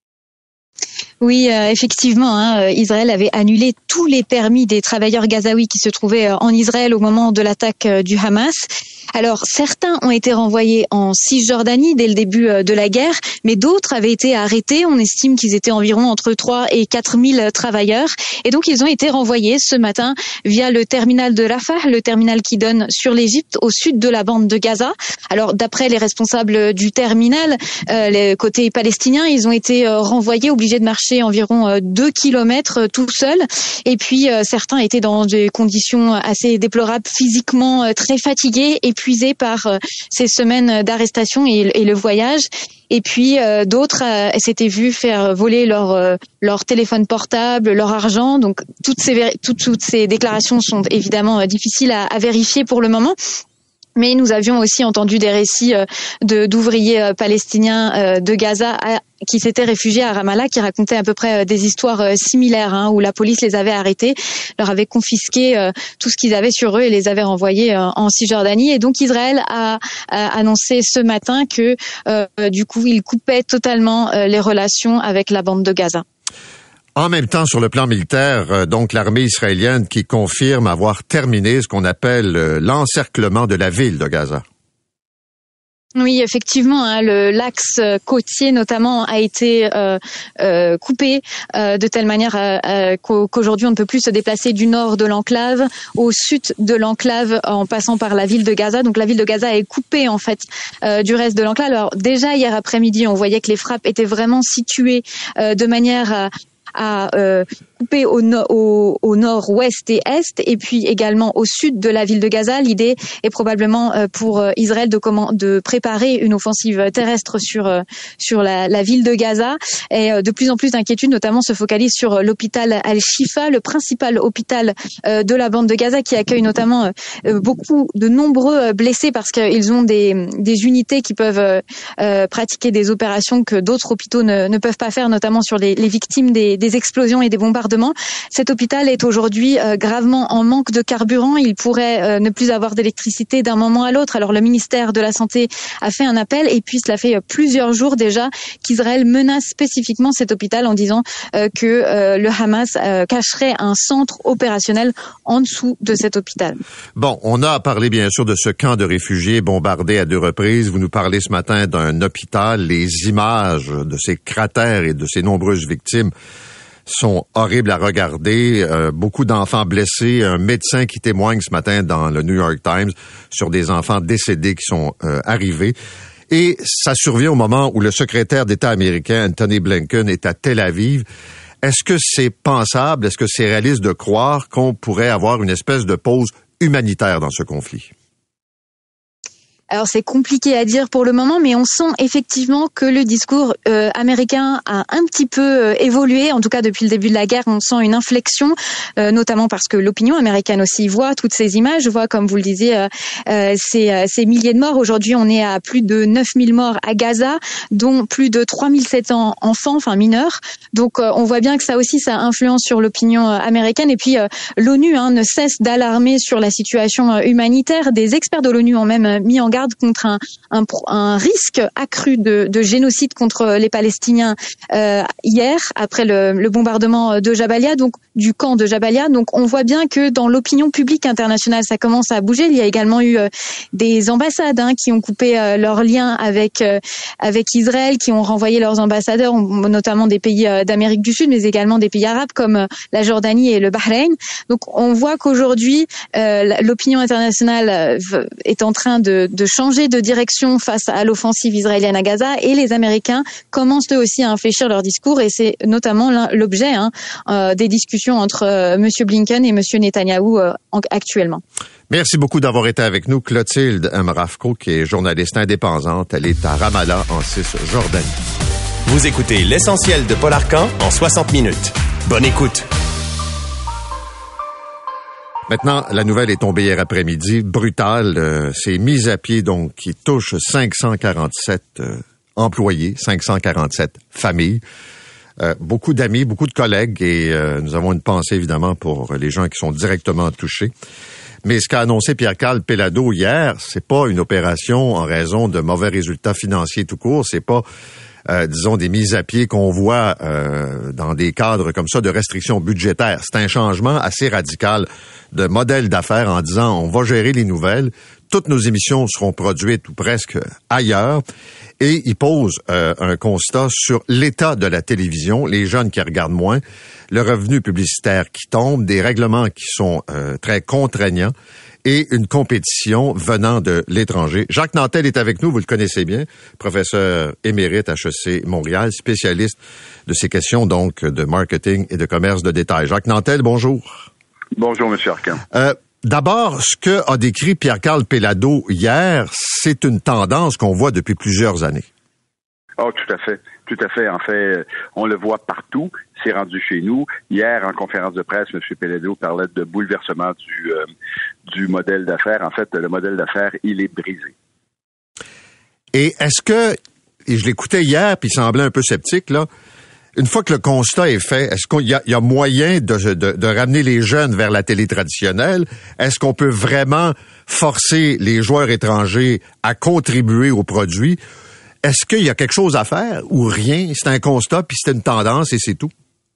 Oui, euh, effectivement, hein, Israël avait annulé tous les permis des travailleurs gazaouis qui se trouvaient en Israël au moment de l'attaque du Hamas. Alors, certains ont été renvoyés en Cisjordanie dès le début de la guerre, mais d'autres avaient été arrêtés. On estime qu'ils étaient environ entre trois et quatre mille travailleurs. Et donc, ils ont été renvoyés ce matin via le terminal de Rafah, le terminal qui donne sur l'Égypte, au sud de la bande de Gaza. Alors, d'après les responsables du terminal, euh, les côtés palestiniens, ils ont été euh, renvoyés, obligés de marcher environ euh, deux kilomètres euh, tout seuls. Et puis, euh, certains étaient dans des conditions assez déplorables, physiquement euh, très fatigués, épuisés par euh, ces semaines d'arrestation et, et le voyage. Et puis euh, d'autres euh, s'étaient vus faire voler leur euh, leur téléphone portable, leur argent. Donc toutes ces toutes, toutes ces déclarations sont évidemment euh, difficiles à, à vérifier pour le moment. Mais nous avions aussi entendu des récits euh, de d'ouvriers euh, palestiniens euh, de Gaza à, qui s'étaient réfugiés à Ramallah, qui racontaient à peu près euh, des histoires euh, similaires, hein, où la police les avait arrêtés, leur avait confisqué euh, tout ce qu'ils avaient sur eux et les avait renvoyés euh, en Cisjordanie. Et donc Israël a, a annoncé ce matin que euh, du coup il coupait totalement euh, les relations avec la bande de Gaza. En même temps, sur le plan militaire, euh, donc l'armée israélienne qui confirme avoir terminé ce qu'on appelle euh, l'encerclement de la ville de Gaza. Oui, effectivement, hein, le l'axe côtier notamment a été euh, euh, coupé euh, de telle manière euh, qu'aujourd'hui on ne peut plus se déplacer du nord de l'enclave au sud de l'enclave en passant par la ville de Gaza. Donc la ville de Gaza est coupée en fait euh, du reste de l'enclave. Alors déjà hier après-midi, on voyait que les frappes étaient vraiment situées euh, de manière à à euh, couper au, no- au, au nord-ouest et est, et puis également au sud de la ville de Gaza. L'idée est probablement euh, pour Israël de, comment, de préparer une offensive terrestre sur euh, sur la, la ville de Gaza. Et euh, de plus en plus d'inquiétudes, notamment, se focalisent sur l'hôpital Al-Shifa, le principal hôpital euh, de la bande de Gaza, qui accueille notamment euh, beaucoup de nombreux blessés parce qu'ils ont des, des unités qui peuvent euh, euh, pratiquer des opérations que d'autres hôpitaux ne, ne peuvent pas faire, notamment sur les, les victimes des des explosions et des bombardements. Cet hôpital est aujourd'hui euh, gravement en manque de carburant. Il pourrait euh, ne plus avoir d'électricité d'un moment à l'autre. Alors le ministère de la Santé a fait un appel et puis cela fait euh, plusieurs jours déjà qu'Israël menace spécifiquement cet hôpital en disant euh, que euh, le Hamas euh, cacherait un centre opérationnel en dessous de cet hôpital. Bon, on a parlé bien sûr de ce camp de réfugiés bombardé à deux reprises. Vous nous parlez ce matin d'un hôpital. Les images de ces cratères et de ces nombreuses victimes sont horribles à regarder. Euh, beaucoup d'enfants blessés. Un médecin qui témoigne ce matin dans le New York Times sur des enfants décédés qui sont euh, arrivés. Et ça survient au moment où le secrétaire d'État américain, Anthony Blinken, est à Tel Aviv. Est-ce que c'est pensable, est-ce que c'est réaliste de croire qu'on pourrait avoir une espèce de pause humanitaire dans ce conflit? Alors c'est compliqué à dire pour le moment, mais on sent effectivement que le discours euh, américain a un petit peu euh, évolué. En tout cas, depuis le début de la guerre, on sent une inflexion, euh, notamment parce que l'opinion américaine aussi voit toutes ces images, voit, comme vous le disiez, euh, euh, ces, euh, ces milliers de morts. Aujourd'hui, on est à plus de neuf mille morts à Gaza, dont plus de trois mille sept cents enfants, enfin mineurs. Donc euh, on voit bien que ça aussi, ça influence sur l'opinion euh, américaine. Et puis euh, l'ONU hein, ne cesse d'alarmer sur la situation euh, humanitaire. Des experts de l'ONU ont même euh, mis en garde garde contre un, un, un risque accru de, de génocide contre les Palestiniens euh, hier, après le, le bombardement de Jabalia, donc du camp de Jabalia. Donc on voit bien que dans l'opinion publique internationale, ça commence à bouger. Il y a également eu euh, des ambassades hein, qui ont coupé euh, leurs liens avec euh, avec Israël, qui ont renvoyé leurs ambassadeurs, notamment des pays euh, d'Amérique du Sud, mais également des pays arabes comme euh, la Jordanie et le Bahreïn. Donc on voit qu'aujourd'hui, euh, l'opinion internationale euh, est en train de, de changer de direction face à l'offensive israélienne à Gaza, et les Américains commencent eux aussi à infléchir leur discours, et c'est notamment l'objet hein, euh, des discussions entre euh, M. Blinken et M. Netanyahou euh, en, actuellement. Merci beaucoup d'avoir été avec nous, Clotilde Mravko, qui est journaliste indépendante. Elle est à Ramallah, en Cisjordanie. Vous écoutez l'essentiel de Paul Arcand en soixante minutes. Bonne écoute. Maintenant, la nouvelle est tombée hier après-midi, brutale. Euh, c'est mise à pied, donc, qui touche cinq cent quarante-sept euh, employés, cinq cent quarante-sept familles. Euh, beaucoup d'amis, beaucoup de collègues, et euh, nous avons une pensée, évidemment, pour les gens qui sont directement touchés. Mais ce qu'a annoncé Pierre-Carl Péladeau hier, c'est pas une opération en raison de mauvais résultats financiers tout court, c'est pas Euh, disons, des mises à pied qu'on voit euh, dans des cadres comme ça de restrictions budgétaires. C'est un changement assez radical de modèle d'affaires en disant on va gérer les nouvelles, toutes nos émissions seront produites ou presque ailleurs, et il pose euh, un constat sur l'état de la télévision, les jeunes qui regardent moins, le revenu publicitaire qui tombe, des règlements qui sont euh, très contraignants, et une compétition venant de l'étranger. Jacques Nantel est avec nous, vous le connaissez bien, professeur émérite à H E C Montréal, spécialiste de ces questions donc de marketing et de commerce de détail. Jacques Nantel, bonjour. Bonjour, M. Arcand. Euh, D'abord, ce que a décrit Pierre-Carl Péladeau hier, c'est une tendance qu'on voit depuis plusieurs années. Oh, tout à fait. Tout à fait. En fait, on le voit partout. C'est rendu chez nous. Hier, en conférence de presse, M. Péladeau parlait de bouleversement du, euh, du modèle d'affaires. En fait, le modèle d'affaires, il est brisé. Et est-ce que, et je l'écoutais hier, puis il semblait un peu sceptique, là, une fois que le constat est fait, est-ce qu'il y a, il y a moyen de, de, de ramener les jeunes vers la télé traditionnelle? Est-ce qu'on peut vraiment forcer les joueurs étrangers à contribuer aux produits? Est-ce qu'il y a quelque chose à faire ou rien? C'est un constat, puis c'est une tendance et c'est tout?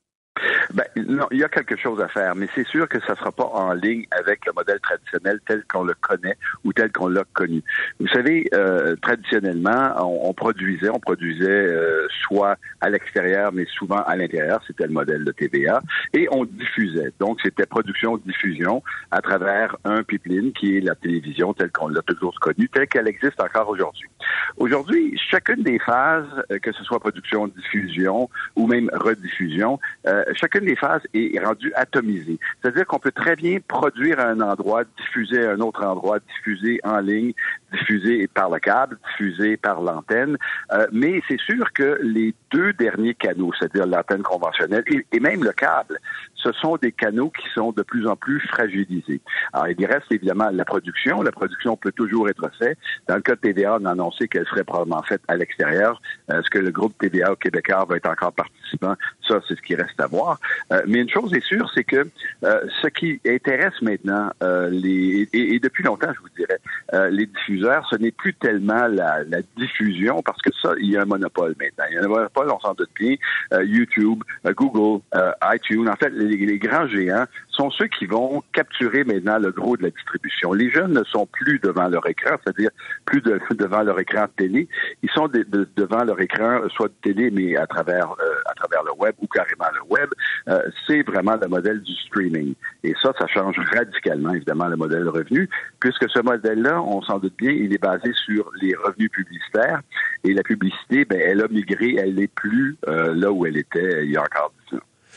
Ben, non, il y a quelque chose à faire, mais c'est sûr que ça ne sera pas en ligne avec le modèle traditionnel tel qu'on le connaît ou tel qu'on l'a connu. Vous savez, euh, traditionnellement, on, on produisait, on produisait euh, soit à l'extérieur, mais souvent à l'intérieur, c'était le modèle de T V A, et on diffusait. Donc, c'était production-diffusion à travers un pipeline qui est la télévision telle qu'on l'a toujours connue, telle qu'elle existe encore aujourd'hui. Aujourd'hui, chacune des phases, que ce soit production-diffusion ou même rediffusion, euh, chacune des phases est rendue atomisée. C'est-à-dire qu'on peut très bien produire à un endroit, diffuser à un autre endroit, diffuser en ligne, diffuser par le câble, diffuser par l'antenne. Euh, mais c'est sûr que les deux derniers canaux, c'est-à-dire l'antenne conventionnelle et, et même le câble, ce sont des canaux qui sont de plus en plus fragilisés. Alors, il reste évidemment la production. La production peut toujours être faite. Dans le cas de T V A, on a annoncé qu'elle serait probablement faite à l'extérieur. Est-ce que le groupe T V A québécois va être encore participant? Ça, c'est ce qui reste à voir. Euh, mais une chose est sûre, c'est que euh, ce qui intéresse maintenant euh, les et, et depuis longtemps, je vous dirais, euh, les diffuseurs, ce n'est plus tellement la, la diffusion, parce que ça, il y a un monopole maintenant. Il y a un monopole, on s'en doute bien. Euh, YouTube, euh, Google, euh, iTunes, en fait, les, les grands géants sont ceux qui vont capturer maintenant le gros de la distribution. Les jeunes ne sont plus devant leur écran, c'est-à-dire plus de, devant leur écran de télé. Ils sont de, de, devant leur écran, soit de télé, mais à travers euh, à travers le web ou carrément le web. Euh, c'est vraiment le modèle du streaming. Et ça, ça change radicalement, évidemment, le modèle de revenu, puisque ce modèle-là, on s'en doute bien, il est basé sur les revenus publicitaires. Et la publicité, ben, elle a migré, elle n'est plus euh, là où elle était il y a encore dix ans.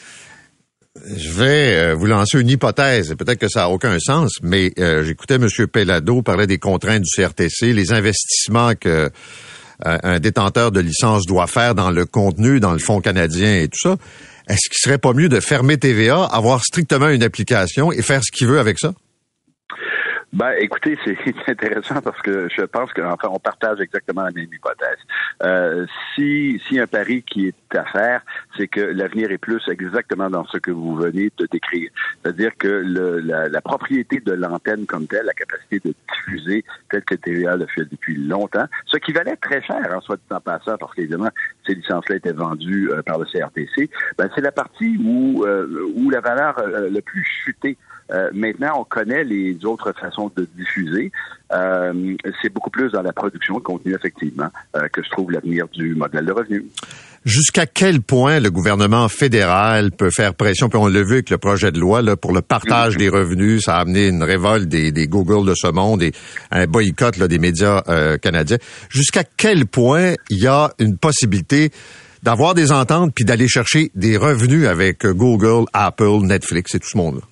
Je vais vous lancer une hypothèse, peut-être que ça n'a aucun sens, mais euh, j'écoutais M. Péladeau parler des contraintes du C R T C, les investissements que euh, un détenteur de licence doit faire dans le contenu, dans le Fonds canadien et tout ça. Est-ce qu'il serait pas mieux de fermer T V A, avoir strictement une application et faire ce qu'il veut avec ça? Ben, écoutez, c'est intéressant parce que je pense qu'enfin, on partage exactement la même hypothèse. Euh, si, si un pari qui est à faire, c'est que l'avenir est plus exactement dans ce que vous venez de décrire. C'est-à-dire que le, la, la propriété de l'antenne comme telle, la capacité de diffuser tel que T V A le fait depuis longtemps, ce qui valait très cher, en soit dit en passant, parce qu'évidemment, ces licences-là étaient vendues euh, par le C R T C, ben, c'est la partie où, euh, où la valeur euh, le plus chutée. Euh, maintenant, on connaît les autres façons de diffuser. Euh, c'est beaucoup plus dans la production de contenu, effectivement, euh, que je trouve l'avenir du modèle de revenu. Jusqu'à quel point le gouvernement fédéral peut faire pression? Puis on l'a vu avec le projet de loi là, pour le partage mmh. des revenus. Ça a amené une révolte des, des Google de ce monde et un boycott là, des médias euh, canadiens. Jusqu'à quel point il y a une possibilité d'avoir des ententes puis d'aller chercher des revenus avec Google, Apple, Netflix et tout ce monde-là?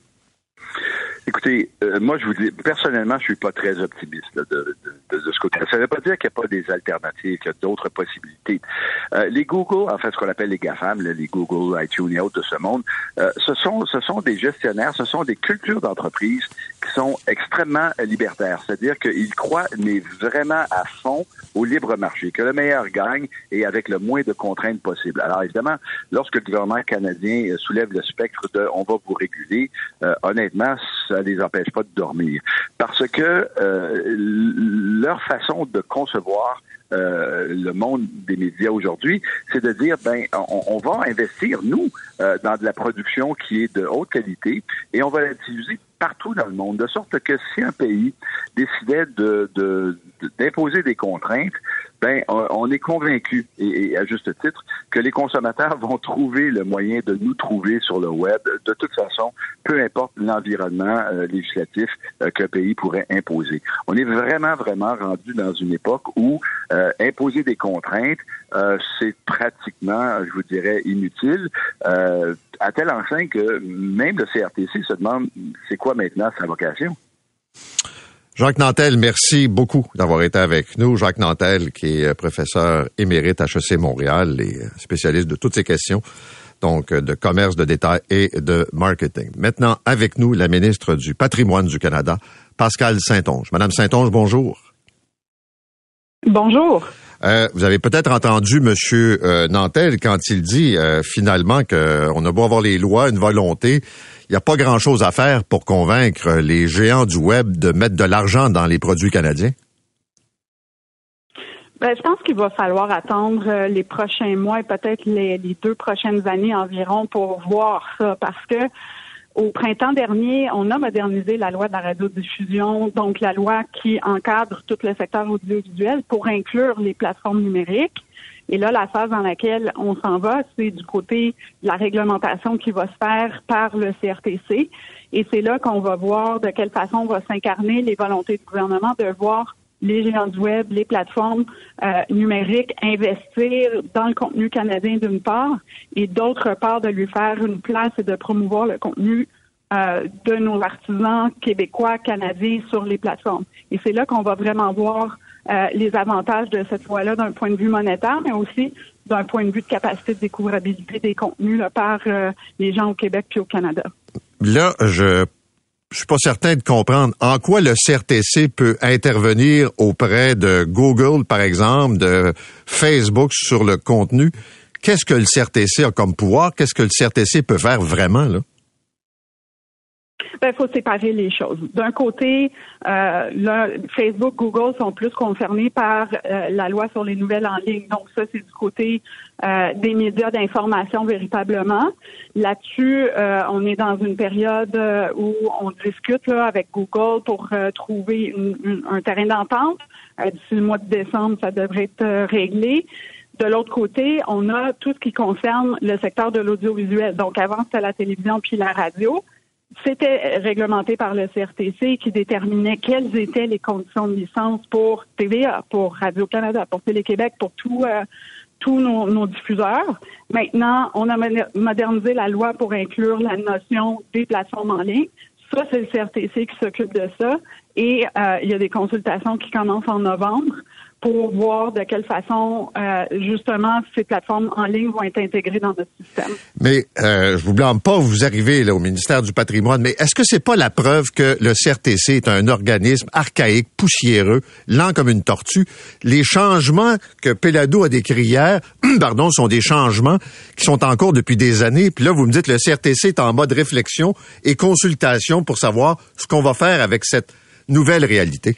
Écoutez, euh, moi, je vous dis, personnellement, je suis pas très optimiste là, de, de, de ce côté-là. Ça ne veut pas dire qu'il n'y a pas des alternatives, qu'il y a d'autres possibilités. Euh, les Google, en fait, ce qu'on appelle les GAFAM, là, les Google, iTunes et autres de ce monde, euh, ce sont ce sont des gestionnaires, ce sont des cultures d'entreprise qui sont extrêmement libertaires. C'est-à-dire qu'ils croient, mais vraiment à fond, au libre marché, que le meilleur gagne et avec le moins de contraintes possible. Alors, évidemment, lorsque le gouvernement canadien soulève le spectre de « on va vous réguler euh, », honnêtement, ça les empêche pas de dormir. Parce que euh, leur façon de concevoir euh, le monde des médias aujourd'hui, c'est de dire, ben, on, on va investir, nous, euh, dans de la production qui est de haute qualité et on va la diffuser partout dans le monde, de sorte que si un pays décidait de, de, de d'imposer des contraintes, ben on est convaincu, et, et à juste titre, que les consommateurs vont trouver le moyen de nous trouver sur le web, de toute façon, peu importe l'environnement euh, législatif euh, qu'un pays pourrait imposer. On est vraiment, vraiment rendu dans une époque où euh, imposer des contraintes, euh, c'est pratiquement, je vous dirais, inutile, euh, à tel enseigne que même le C R T C se demande c'est quoi maintenant sa vocation. Jacques Nantel, merci beaucoup d'avoir été avec nous. Jacques Nantel, qui est professeur émérite à H E C Montréal et spécialiste de toutes ces questions, donc de commerce, de détail et de marketing. Maintenant, avec nous, la ministre du Patrimoine du Canada, Pascale Saint-Onge. Madame Saint-Onge, bonjour. Bonjour. Euh, vous avez peut-être entendu Monsieur euh, Nantel quand il dit euh, finalement qu'on a beau avoir les lois, une volonté, il n'y a pas grand-chose à faire pour convaincre les géants du web de mettre de l'argent dans les produits canadiens? Ben, je pense qu'il va falloir attendre les prochains mois et peut-être les, les deux prochaines années environ pour voir ça, parce que au printemps dernier, on a modernisé la loi de la radiodiffusion, donc la loi qui encadre tout le secteur audiovisuel pour inclure les plateformes numériques. Et là, la phase dans laquelle on s'en va, c'est du côté de la réglementation qui va se faire par le C R T C. Et c'est là qu'on va voir de quelle façon va s'incarner les volontés du gouvernement de voir les géants du web, les plateformes euh, numériques investir dans le contenu canadien d'une part, et d'autre part de lui faire une place et de promouvoir le contenu euh, de nos artisans québécois, canadiens sur les plateformes. Et c'est là qu'on va vraiment voir euh, les avantages de cette loi-là d'un point de vue monétaire, mais aussi d'un point de vue de capacité de découvrabilité des contenus là, par euh, les gens au Québec puis au Canada. Là, je Je suis pas certain de comprendre en quoi le C R T C peut intervenir auprès de Google, par exemple, de Facebook sur le contenu. Qu'est-ce que le C R T C a comme pouvoir? Qu'est-ce que le C R T C peut faire vraiment, là? Ben, il faut séparer les choses. D'un côté, euh, là, Facebook, Google sont plus concernés par euh, la loi sur les nouvelles en ligne. Donc ça, c'est du côté euh, des médias d'information véritablement. Là-dessus, euh, on est dans une période où on discute là avec Google pour euh, trouver une, une, un terrain d'entente. Euh, d'ici le mois de décembre, ça devrait être euh, réglé. De l'autre côté, on a tout ce qui concerne le secteur de l'audiovisuel. Donc avant, c'était la télévision puis la radio. C'était réglementé par le C R T C qui déterminait quelles étaient les conditions de licence pour T V A, pour Radio-Canada, pour Télé-Québec, pour tout, euh, tous nos, nos diffuseurs. Maintenant, on a modernisé la loi pour inclure la notion des plateformes en ligne. Ça, c'est le C R T C qui s'occupe de ça. Et euh, il y a des consultations qui commencent en novembre pour voir de quelle façon, euh, justement, ces plateformes en ligne vont être intégrées dans notre système. Mais euh, je vous blâme pas, vous arrivez là au ministère du Patrimoine, mais est-ce que c'est pas la preuve que le C R T C est un organisme archaïque, poussiéreux, lent comme une tortue? Les changements que Pelado a décrits hier, pardon, sont des changements qui sont en cours depuis des années. Puis là, vous me dites le C R T C est en mode réflexion et consultation pour savoir ce qu'on va faire avec cette nouvelle réalité.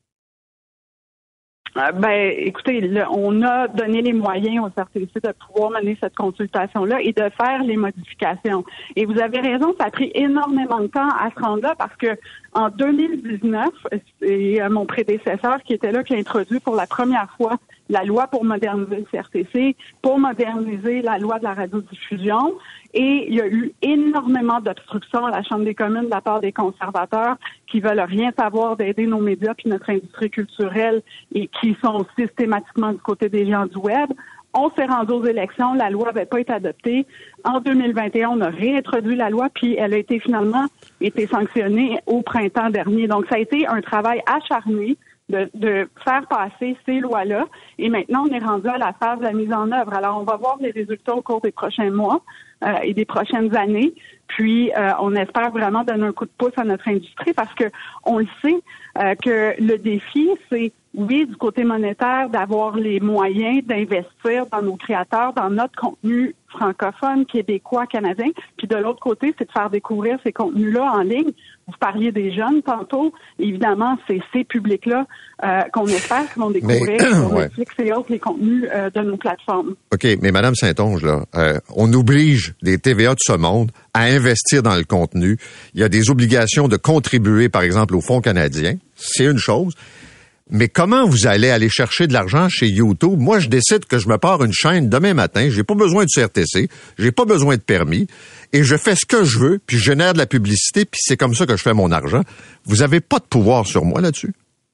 Ben, écoutez, le, on a donné les moyens au C R T C de pouvoir mener cette consultation-là et de faire les modifications. Et vous avez raison, ça a pris énormément de temps à se rendre là parce que en deux mille dix-neuf, c'est mon prédécesseur qui était là qui a introduit pour la première fois la loi pour moderniser le C R T C, pour moderniser la loi de la radiodiffusion. Et il y a eu énormément d'obstructions à la Chambre des communes de la part des conservateurs qui veulent rien savoir d'aider nos médias puis notre industrie culturelle et qui sont systématiquement du côté des gens du web. On s'est rendu aux élections, la loi n'avait pas été adoptée. En deux mille vingt et un, on a réintroduit la loi, puis elle a été finalement été sanctionnée au printemps dernier. Donc, ça a été un travail acharné de, de faire passer ces lois-là. Et maintenant, on est rendu à la phase de la mise en œuvre. Alors, on va voir les résultats au cours des prochains mois euh, et des prochaines années. Puis, euh, on espère vraiment donner un coup de pouce à notre industrie parce que on le sait euh, que le défi, c'est oui, du côté monétaire, d'avoir les moyens d'investir dans nos créateurs, dans notre contenu francophone, québécois, canadien. Puis de l'autre côté, c'est de faire découvrir ces contenus-là en ligne. Vous parliez des jeunes tantôt. Évidemment, c'est ces publics-là euh, qu'on espère qu'ils vont découvrir mais, sur ouais. Netflix et autres les contenus euh, de nos plateformes. OK, mais Madame Saint-Onge, là, euh, on oblige des T V A de ce monde à investir dans le contenu. Il y a des obligations de contribuer, par exemple, au Fonds canadien. C'est une chose. Mais comment vous allez aller chercher de l'argent chez YouTube? Moi, je décide que je me pars une chaîne demain matin. J'ai pas besoin du C R T C. J'ai pas besoin de permis. Et je fais ce que je veux, puis je génère de la publicité, puis c'est comme ça que je fais mon argent. Vous avez pas de pouvoir sur moi là-dessus?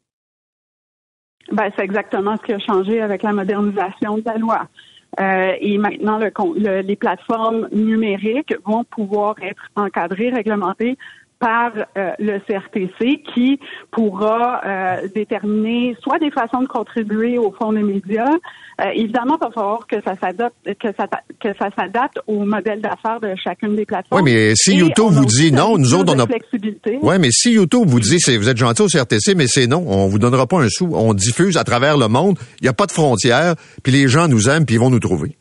Ben, c'est exactement ce qui a changé avec la modernisation de la loi. Euh, et maintenant, le, le, les plateformes numériques vont pouvoir être encadrées, réglementées par euh, le C R T C qui pourra euh, déterminer soit des façons de contribuer au fonds des médias. Euh, évidemment, il va falloir que ça s'adapte, que ça, que ça s'adapte au modèle d'affaires de chacune des plateformes. Oui, mais si YouTube vous dit non, nous autres, on a... Oui, mais si YouTube vous dit, c'est, vous êtes gentil au C R T C, mais c'est non, on vous donnera pas un sou. On diffuse à travers le monde, il n'y a pas de frontières, puis les gens nous aiment, puis ils vont nous trouver.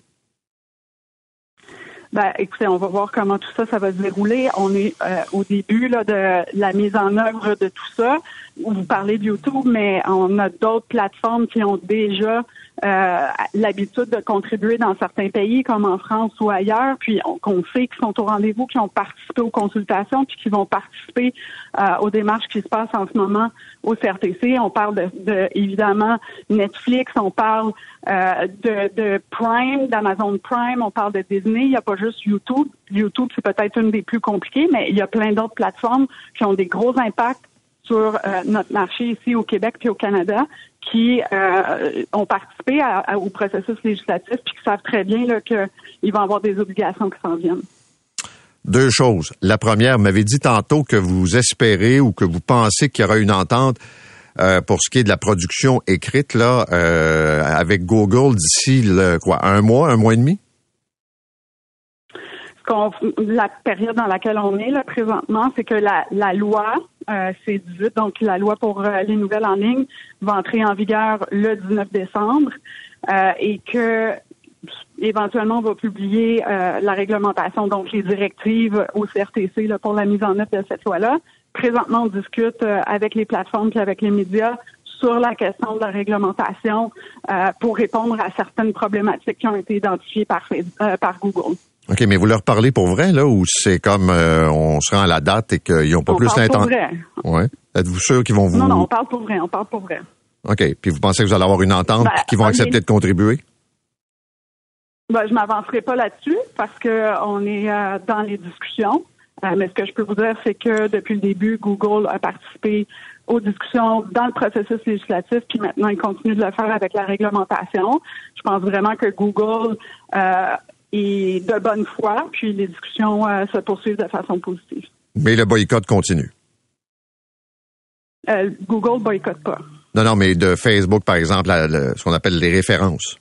Ben, écoutez, on va voir comment tout ça, ça va se dérouler. On est euh, au début là de la mise en œuvre de tout ça. Vous parlez de YouTube, mais on a d'autres plateformes qui ont déjà euh, l'habitude de contribuer dans certains pays, comme en France ou ailleurs, puis on, qu'on sait qu'ils sont au rendez-vous, qui ont participé aux consultations, puis qui vont participer euh, aux démarches qui se passent en ce moment au C R T C. On parle de, de évidemment Netflix, on parle euh, de, de Prime, d'Amazon Prime, on parle de Disney. Il n'y a pas juste YouTube. YouTube, c'est peut-être une des plus compliquées, mais il y a plein d'autres plateformes qui ont des gros impacts sur euh, notre marché ici au Québec puis au Canada, qui euh, ont participé à, à, au processus législatif puis qui savent très bien là, qu'ils vont avoir des obligations qui s'en viennent. Deux choses. La première, vous m'avez dit tantôt que vous espérez ou que vous pensez qu'il y aura une entente euh, pour ce qui est de la production écrite là euh, avec Google d'ici le quoi, un mois, un mois et demi? Qu'on, la période dans laquelle on est là présentement, c'est que la, la loi, euh, c'est dix-huit, donc la loi pour euh, les nouvelles en ligne va entrer en vigueur le dix-neuf décembre euh, et que éventuellement on va publier euh, la réglementation, donc les directives au C R T C là, pour la mise en œuvre de cette loi-là. Présentement, on discute euh, avec les plateformes puis avec les médias sur la question de la réglementation euh, pour répondre à certaines problématiques qui ont été identifiées par, euh, par Google. OK, mais vous leur parlez pour vrai, là, ou c'est comme euh, on se rend à la date et qu'ils n'ont pas on plus l'intention? On parle pour vrai. Ouais. Êtes-vous sûr qu'ils vont vous... Non, non, on parle pour vrai, on parle pour vrai. OK, puis vous pensez que vous allez avoir une entente ben, et qu'ils vont accepter de contribuer? Ben, je m'avancerai pas là-dessus parce que on est euh, dans les discussions. Euh, mais ce que je peux vous dire, c'est que depuis le début, Google a participé aux discussions dans le processus législatif, puis maintenant, il continue de le faire avec la réglementation. Je pense vraiment que Google... Euh, et de bonne foi, puis les discussions euh, se poursuivent de façon positive. Mais le boycott continue. Euh, Google boycotte pas. Non, non, mais de Facebook, par exemple, la, la, ce qu'on appelle les références.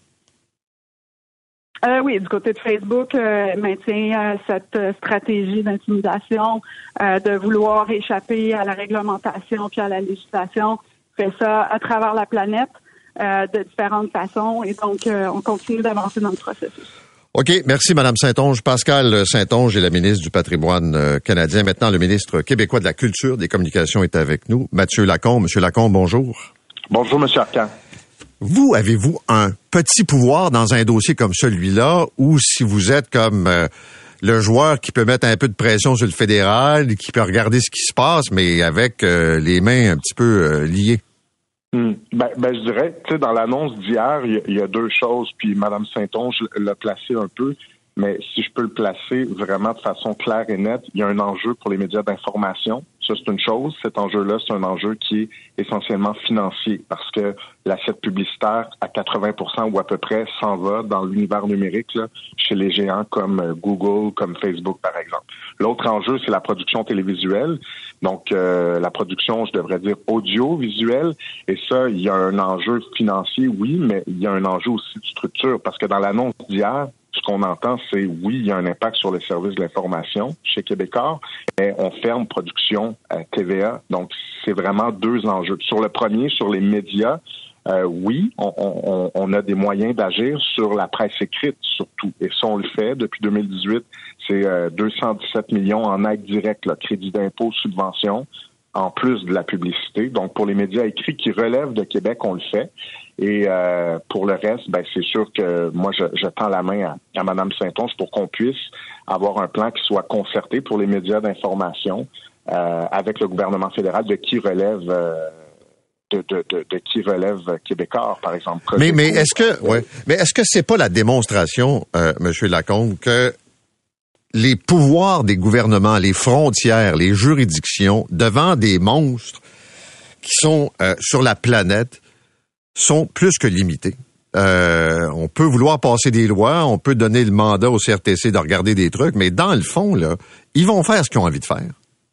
Euh, oui, du côté de Facebook, euh, maintient euh, cette euh, stratégie d'intimidation, euh, de vouloir échapper à la réglementation puis à la législation. Fait ça à travers la planète euh, de différentes façons et donc euh, on continue d'avancer dans le processus. OK, merci Mme Saint-Onge. Pascal Saint-Onge est la ministre du Patrimoine euh, canadien. Maintenant, le ministre québécois de la Culture, des Communications est avec nous. Mathieu Lacombe. Monsieur Lacombe, bonjour. Bonjour, Monsieur Arcan. Vous, avez-vous un petit pouvoir dans un dossier comme celui-là, ou si vous êtes comme euh, le joueur qui peut mettre un peu de pression sur le fédéral, qui peut regarder ce qui se passe, mais avec euh, les mains un petit peu euh, liées? Hum. Ben, ben, je dirais, tu sais, dans l'annonce d'hier, il y, y a deux choses, puis Mme Saint-Onge l'a placé un peu, mais si je peux le placer vraiment de façon claire et nette, il y a un enjeu pour les médias d'information. Ça, c'est une chose. Cet enjeu-là, c'est un enjeu qui est essentiellement financier parce que l'assiette publicitaire, à quatre-vingts pour cent ou à peu près, s'en va dans l'univers numérique là, chez les géants comme Google, comme Facebook, par exemple. L'autre enjeu, c'est la production télévisuelle. Donc, euh, la production, je devrais dire, audiovisuelle. Et ça, il y a un enjeu financier, oui, mais il y a un enjeu aussi de structure parce que dans l'annonce d'hier, ce qu'on entend, c'est oui, il y a un impact sur le service de l'information chez Québécois, mais on ferme production à T V A. Donc, c'est vraiment deux enjeux. Sur le premier, sur les médias, euh, oui, on, on, on a des moyens d'agir sur la presse écrite, surtout. Et ça, on le fait. Depuis deux mille dix-huit, c'est euh, deux cent dix-sept millions en aide directe, là, crédit d'impôt, subvention, en plus de la publicité. Donc, pour les médias écrits qui relèvent de Québec, on le fait. Et euh, pour le reste, ben c'est sûr que moi, je, je tends la main à, à Mme Saint-Onge pour qu'on puisse avoir un plan qui soit concerté pour les médias d'information euh, avec le gouvernement fédéral de qui relève euh, de, de, de, de qui relève Québécois, par exemple. Mais, mais est-ce que ouais, mais est-ce que c'est pas la démonstration, euh, M. Lacombe, que les pouvoirs des gouvernements, les frontières, les juridictions, devant des monstres qui sont euh, sur la planète, sont plus que limités. Euh, on peut vouloir passer des lois, on peut donner le mandat au C R T C de regarder des trucs, mais dans le fond, là, ils vont faire ce qu'ils ont envie de faire.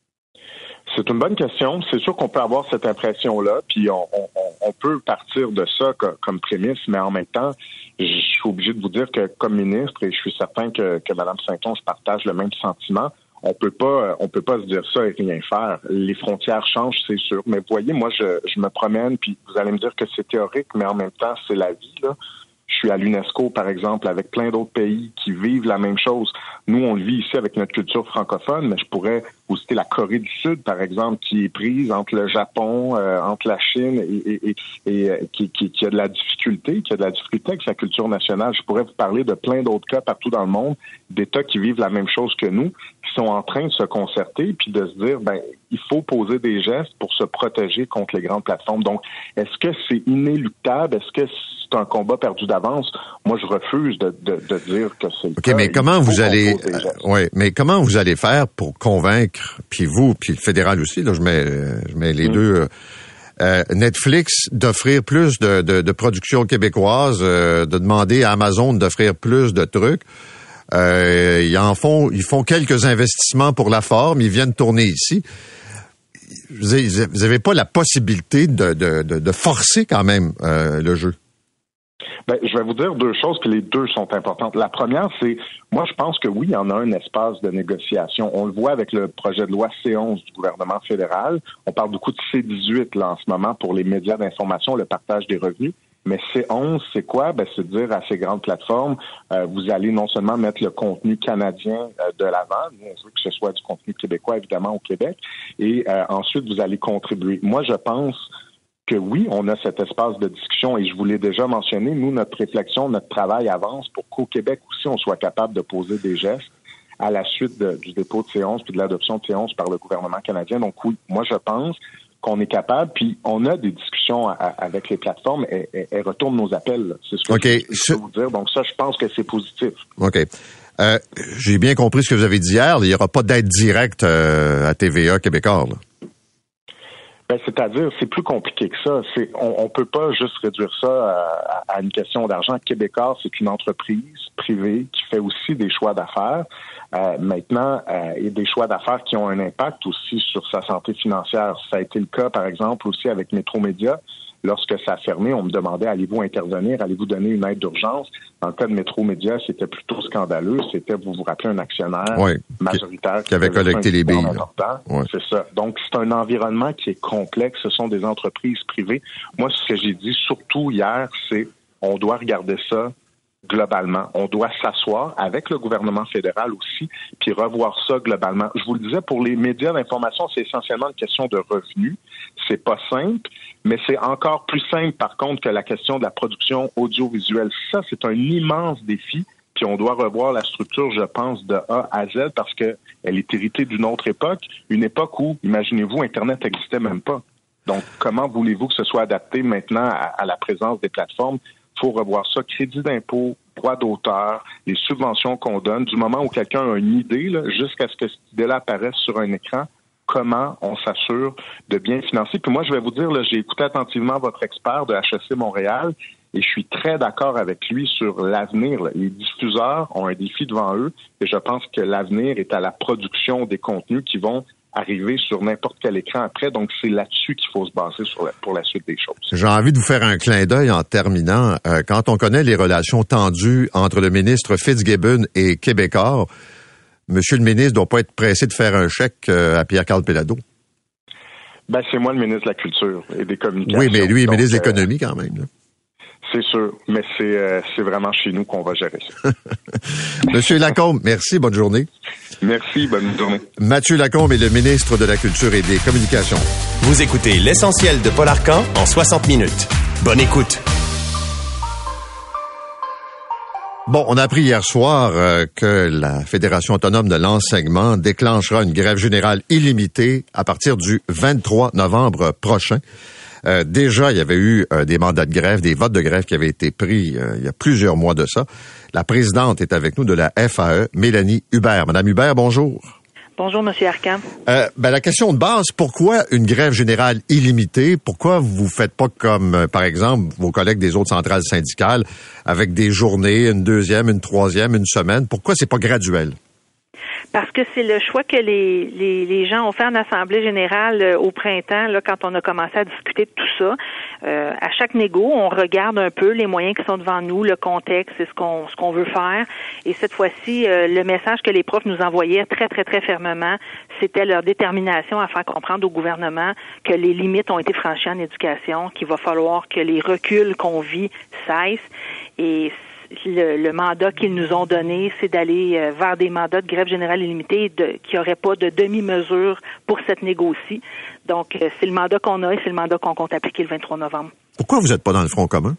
C'est une bonne question. C'est sûr qu'on peut avoir cette impression-là, puis on, on, on peut partir de ça comme, comme prémisse, mais en même temps, je suis obligé de vous dire que comme ministre, et je suis certain que, que Mme Saint-Onge partage le même sentiment, on peut pas, on peut pas se dire ça et rien faire. Les frontières changent, c'est sûr. Mais vous voyez, moi, je, je me promène, puis vous allez me dire que c'est théorique, mais en même temps, c'est la vie, là. Je suis à l'UNESCO, par exemple, avec plein d'autres pays qui vivent la même chose. Nous, on le vit ici avec notre culture francophone, mais je pourrais vous citer la Corée du Sud, par exemple, qui est prise entre le Japon, euh, entre la Chine et, et, et, et euh, qui, qui, qui a de la difficulté, qui a de la difficulté avec sa culture nationale. Je pourrais vous parler de plein d'autres cas partout dans le monde, d'États qui vivent la même chose que nous, qui sont en train de se concerter puis de se dire, ben, il faut poser des gestes pour se protéger contre les grandes plateformes. Donc, est-ce que c'est inéluctable? Est-ce que c'est un combat perdu d'avance? Moi, je refuse de, de, de dire que c'est le OK, cas. mais comment vous allez, euh, ouais, mais comment vous allez faire pour convaincre, puis vous, puis le fédéral aussi, là, je mets, je mets les mmh. deux, euh, Netflix d'offrir plus de, de, de production québécoise, euh, de demander à Amazon d'offrir plus de trucs. Euh, ils en font, ils font quelques investissements pour la forme, ils viennent tourner ici. Vous n'avez pas la possibilité de, de, de, de forcer quand même euh, le jeu? Ben, je vais vous dire deux choses, puis les deux sont importantes. La première, c'est, moi, je pense que oui, il y en a un espace de négociation. On le voit avec le projet de loi C onze du gouvernement fédéral. On parle beaucoup de C dix-huit, là, en ce moment, pour les médias d'information, le partage des revenus. Mais C onze, c'est quoi? Ben, c'est de dire à ces grandes plateformes, euh, vous allez non seulement mettre le contenu canadien euh, de l'avant, nous, on veut que ce soit du contenu québécois, évidemment, au Québec, et euh, ensuite, vous allez contribuer. Moi, je pense que oui, on a cet espace de discussion, et je vous l'ai déjà mentionné, nous, notre réflexion, notre travail avance pour qu'au Québec aussi, on soit capable de poser des gestes à la suite de, du dépôt de C onze puis de l'adoption de C onze par le gouvernement canadien. Donc oui, moi, je pense qu'on est capable, puis on a des discussions à, à, avec les plateformes, et elles retournent nos appels. Là. C'est ce que okay. je, je peux vous dire. Donc ça, je pense que c'est positif. OK. Euh, j'ai bien compris ce que vous avez dit hier. Il n'y aura pas d'aide directe euh, à T V A Québécois, là. Ben, c'est-à-dire, c'est plus compliqué que ça. C'est, on, on peut pas juste réduire ça à, à une question d'argent. Québécois, c'est une entreprise privée qui fait aussi des choix d'affaires. Euh, maintenant, euh, il y a des choix d'affaires qui ont un impact aussi sur sa santé financière. Ça a été le cas, par exemple, aussi avec Métro Média. lorsque ça a fermé, on me demandait, allez-vous intervenir, allez-vous donner une aide d'urgence? Dans le cas de Métro-Média, c'était plutôt scandaleux. C'était, vous vous rappelez, un actionnaire oui, majoritaire qui, qui avait collecté les billes. Oui. C'est ça. Donc, c'est un environnement qui est complexe. Ce sont des entreprises privées. Moi, ce que j'ai dit, surtout hier, c'est on doit regarder ça globalement. On doit s'asseoir avec le gouvernement fédéral aussi, puis revoir ça globalement. Je vous le disais, pour les médias d'information, c'est essentiellement une question de revenus. C'est pas simple, mais c'est encore plus simple, par contre, que la question de la production audiovisuelle. Ça, c'est un immense défi, puis on doit revoir la structure, je pense, de A à Z, parce que elle est héritée d'une autre époque, une époque où, imaginez-vous, Internet n'existait même pas. Donc, comment voulez-vous que ce soit adapté maintenant à, à la présence des plateformes? Il faut revoir ça. Crédit d'impôt, droit d'auteur, les subventions qu'on donne, du moment où quelqu'un a une idée, là, jusqu'à ce que cette idée-là apparaisse sur un écran, comment on s'assure de bien financer. Puis moi, je vais vous dire, là, j'ai écouté attentivement votre expert de H E C Montréal et je suis très d'accord avec lui sur l'avenir. Là. Les diffuseurs ont un défi devant eux et je pense que l'avenir est à la production des contenus qui vont arriver sur n'importe quel écran après. Donc, c'est là-dessus qu'il faut se baser sur la, pour la suite des choses. J'ai envie de vous faire un clin d'œil en terminant. Euh, quand on connaît les relations tendues entre le ministre Fitzgibbon et Québécois, Monsieur le ministre ne doit pas être pressé de faire un chèque euh, à Pierre-Carl Péladeau. Ben, c'est moi le ministre de la Culture et des Communications. Oui, mais lui est Donc, ministre de euh, l'Économie quand même. Là. C'est sûr, mais c'est, euh, c'est vraiment chez nous qu'on va gérer ça. Monsieur Lacombe, merci, bonne journée. Merci, bonne journée. Mathieu Lacombe est le ministre de la Culture et des Communications. Vous écoutez l'essentiel de Paul Arcan en soixante minutes. Bonne écoute. Bon, on a appris hier soir euh, que la Fédération autonome de l'enseignement déclenchera une grève générale illimitée à partir du vingt-trois novembre prochain. Euh, déjà, il y avait eu euh, des mandats de grève, des votes de grève qui avaient été pris euh, il y a plusieurs mois de ça. La présidente est avec nous de la F A E, Mélanie Hubert. Madame Hubert, bonjour. Bonjour, Monsieur Arcan. Euh, ben, la question de base, pourquoi une grève générale illimitée? Pourquoi vous faites pas comme, euh, par exemple, vos collègues des autres centrales syndicales, avec des journées, une deuxième, une troisième, une semaine? Pourquoi c'est pas graduel? Parce que c'est le choix que les, les, les gens ont fait en Assemblée générale euh, au printemps, là, quand on a commencé à discuter de tout ça. Euh, à chaque négo, on regarde un peu les moyens qui sont devant nous, le contexte, c'est ce qu'on ce qu'on veut faire. Et cette fois-ci, euh, le message que les profs nous envoyaient très, très, très fermement, c'était leur détermination à faire comprendre au gouvernement que les limites ont été franchies en éducation, qu'il va falloir que les reculs qu'on vit cessent. Et Le, le mandat qu'ils nous ont donné, c'est d'aller euh, vers des mandats de grève générale illimitée de, qui n'auraient pas de demi-mesure pour cette négo-ci. Donc, euh, c'est le mandat qu'on a et c'est le mandat qu'on compte appliquer le vingt-trois novembre. Pourquoi vous n'êtes pas dans le Front commun?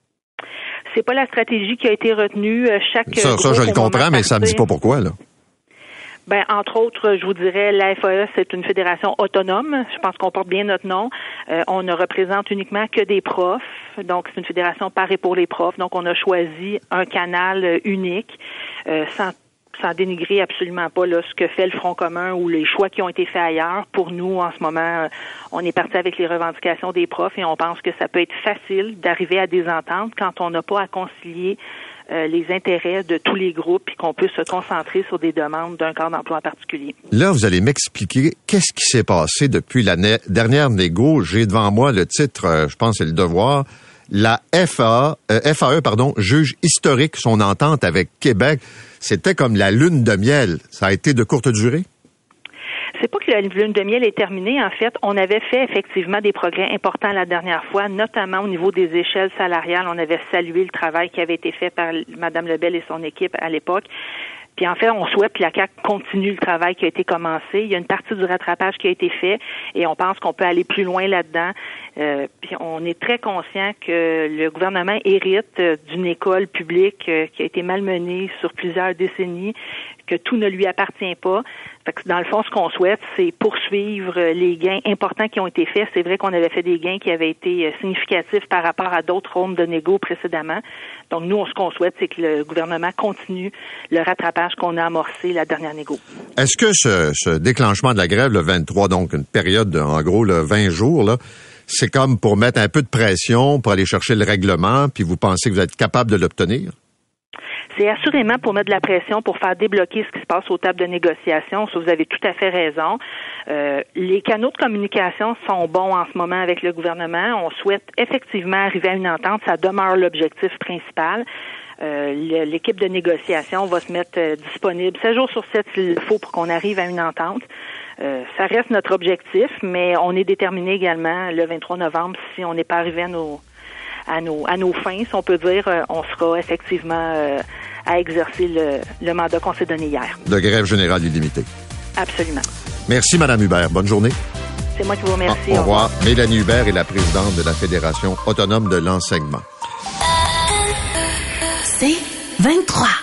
C'est pas la stratégie qui a été retenue. Chaque Ça, ça je le comprends, mais ça me dit pas pourquoi, là. Ben, entre autres, je vous dirais, la F A E, c'est une fédération autonome. Je pense qu'on porte bien notre nom. Euh, on ne représente uniquement que des profs. Donc, c'est une fédération par et pour les profs. Donc, on a choisi un canal unique, euh, sans, sans dénigrer absolument pas là, ce que fait le Front commun ou les choix qui ont été faits ailleurs. Pour nous, en ce moment, on est parti avec les revendications des profs et on pense que ça peut être facile d'arriver à des ententes quand on n'a pas à concilier Euh, les intérêts de tous les groupes et qu'on peut se concentrer sur des demandes d'un corps d'emploi en particulier. Là, vous allez m'expliquer qu'est-ce qui s'est passé depuis la ne- dernière négo. J'ai devant moi le titre, euh, je pense c'est le Devoir. La F A E, euh, F A E, pardon, juge historique son entente avec Québec. C'était comme la lune de miel. Ça a été de courte durée? C'est pas que la lune de miel est terminée. En fait, on avait fait effectivement des progrès importants la dernière fois, notamment au niveau des échelles salariales. On avait salué le travail qui avait été fait par Mme Lebel et son équipe à l'époque. Puis en fait, on souhaite que la C A Q continue le travail qui a été commencé. Il y a une partie du rattrapage qui a été fait et on pense qu'on peut aller plus loin là-dedans. Euh, puis on est très conscient que le gouvernement hérite d'une école publique euh, qui a été malmenée sur plusieurs décennies, que tout ne lui appartient pas. Fait que dans le fond, ce qu'on souhaite, c'est poursuivre les gains importants qui ont été faits. C'est vrai qu'on avait fait des gains qui avaient été significatifs par rapport à d'autres rondes de négo précédemment. Donc, nous, ce qu'on souhaite, c'est que le gouvernement continue le rattrapage qu'on a amorcé la dernière négo. Est-ce que ce, ce déclenchement de la grève, le vingt-trois, donc une période de, en gros, le vingt jours, là, c'est comme pour mettre un peu de pression, pour aller chercher le règlement, puis vous pensez que vous êtes capable de l'obtenir? C'est assurément pour mettre de la pression, pour faire débloquer ce qui se passe aux tables de négociation. Ça, vous avez tout à fait raison. Euh, les canaux de communication sont bons en ce moment avec le gouvernement. On souhaite effectivement arriver à une entente. Ça demeure l'objectif principal. Euh, l'équipe de négociation va se mettre euh, disponible sept jours sur sept s'il le faut pour qu'on arrive à une entente. Euh, ça reste notre objectif, mais on est déterminé également le vingt-trois novembre, si on n'est pas arrivé à nos, à nos, à nos fins, si on peut dire, euh, on sera effectivement euh, à exercer le, le mandat qu'on s'est donné hier. De grève générale illimitée. Absolument. Merci, Madame Hubert. Bonne journée. C'est moi qui vous remercie. Au, au revoir. Mélanie Hubert est la présidente de la Fédération autonome de l'enseignement. C'est vingt-trois.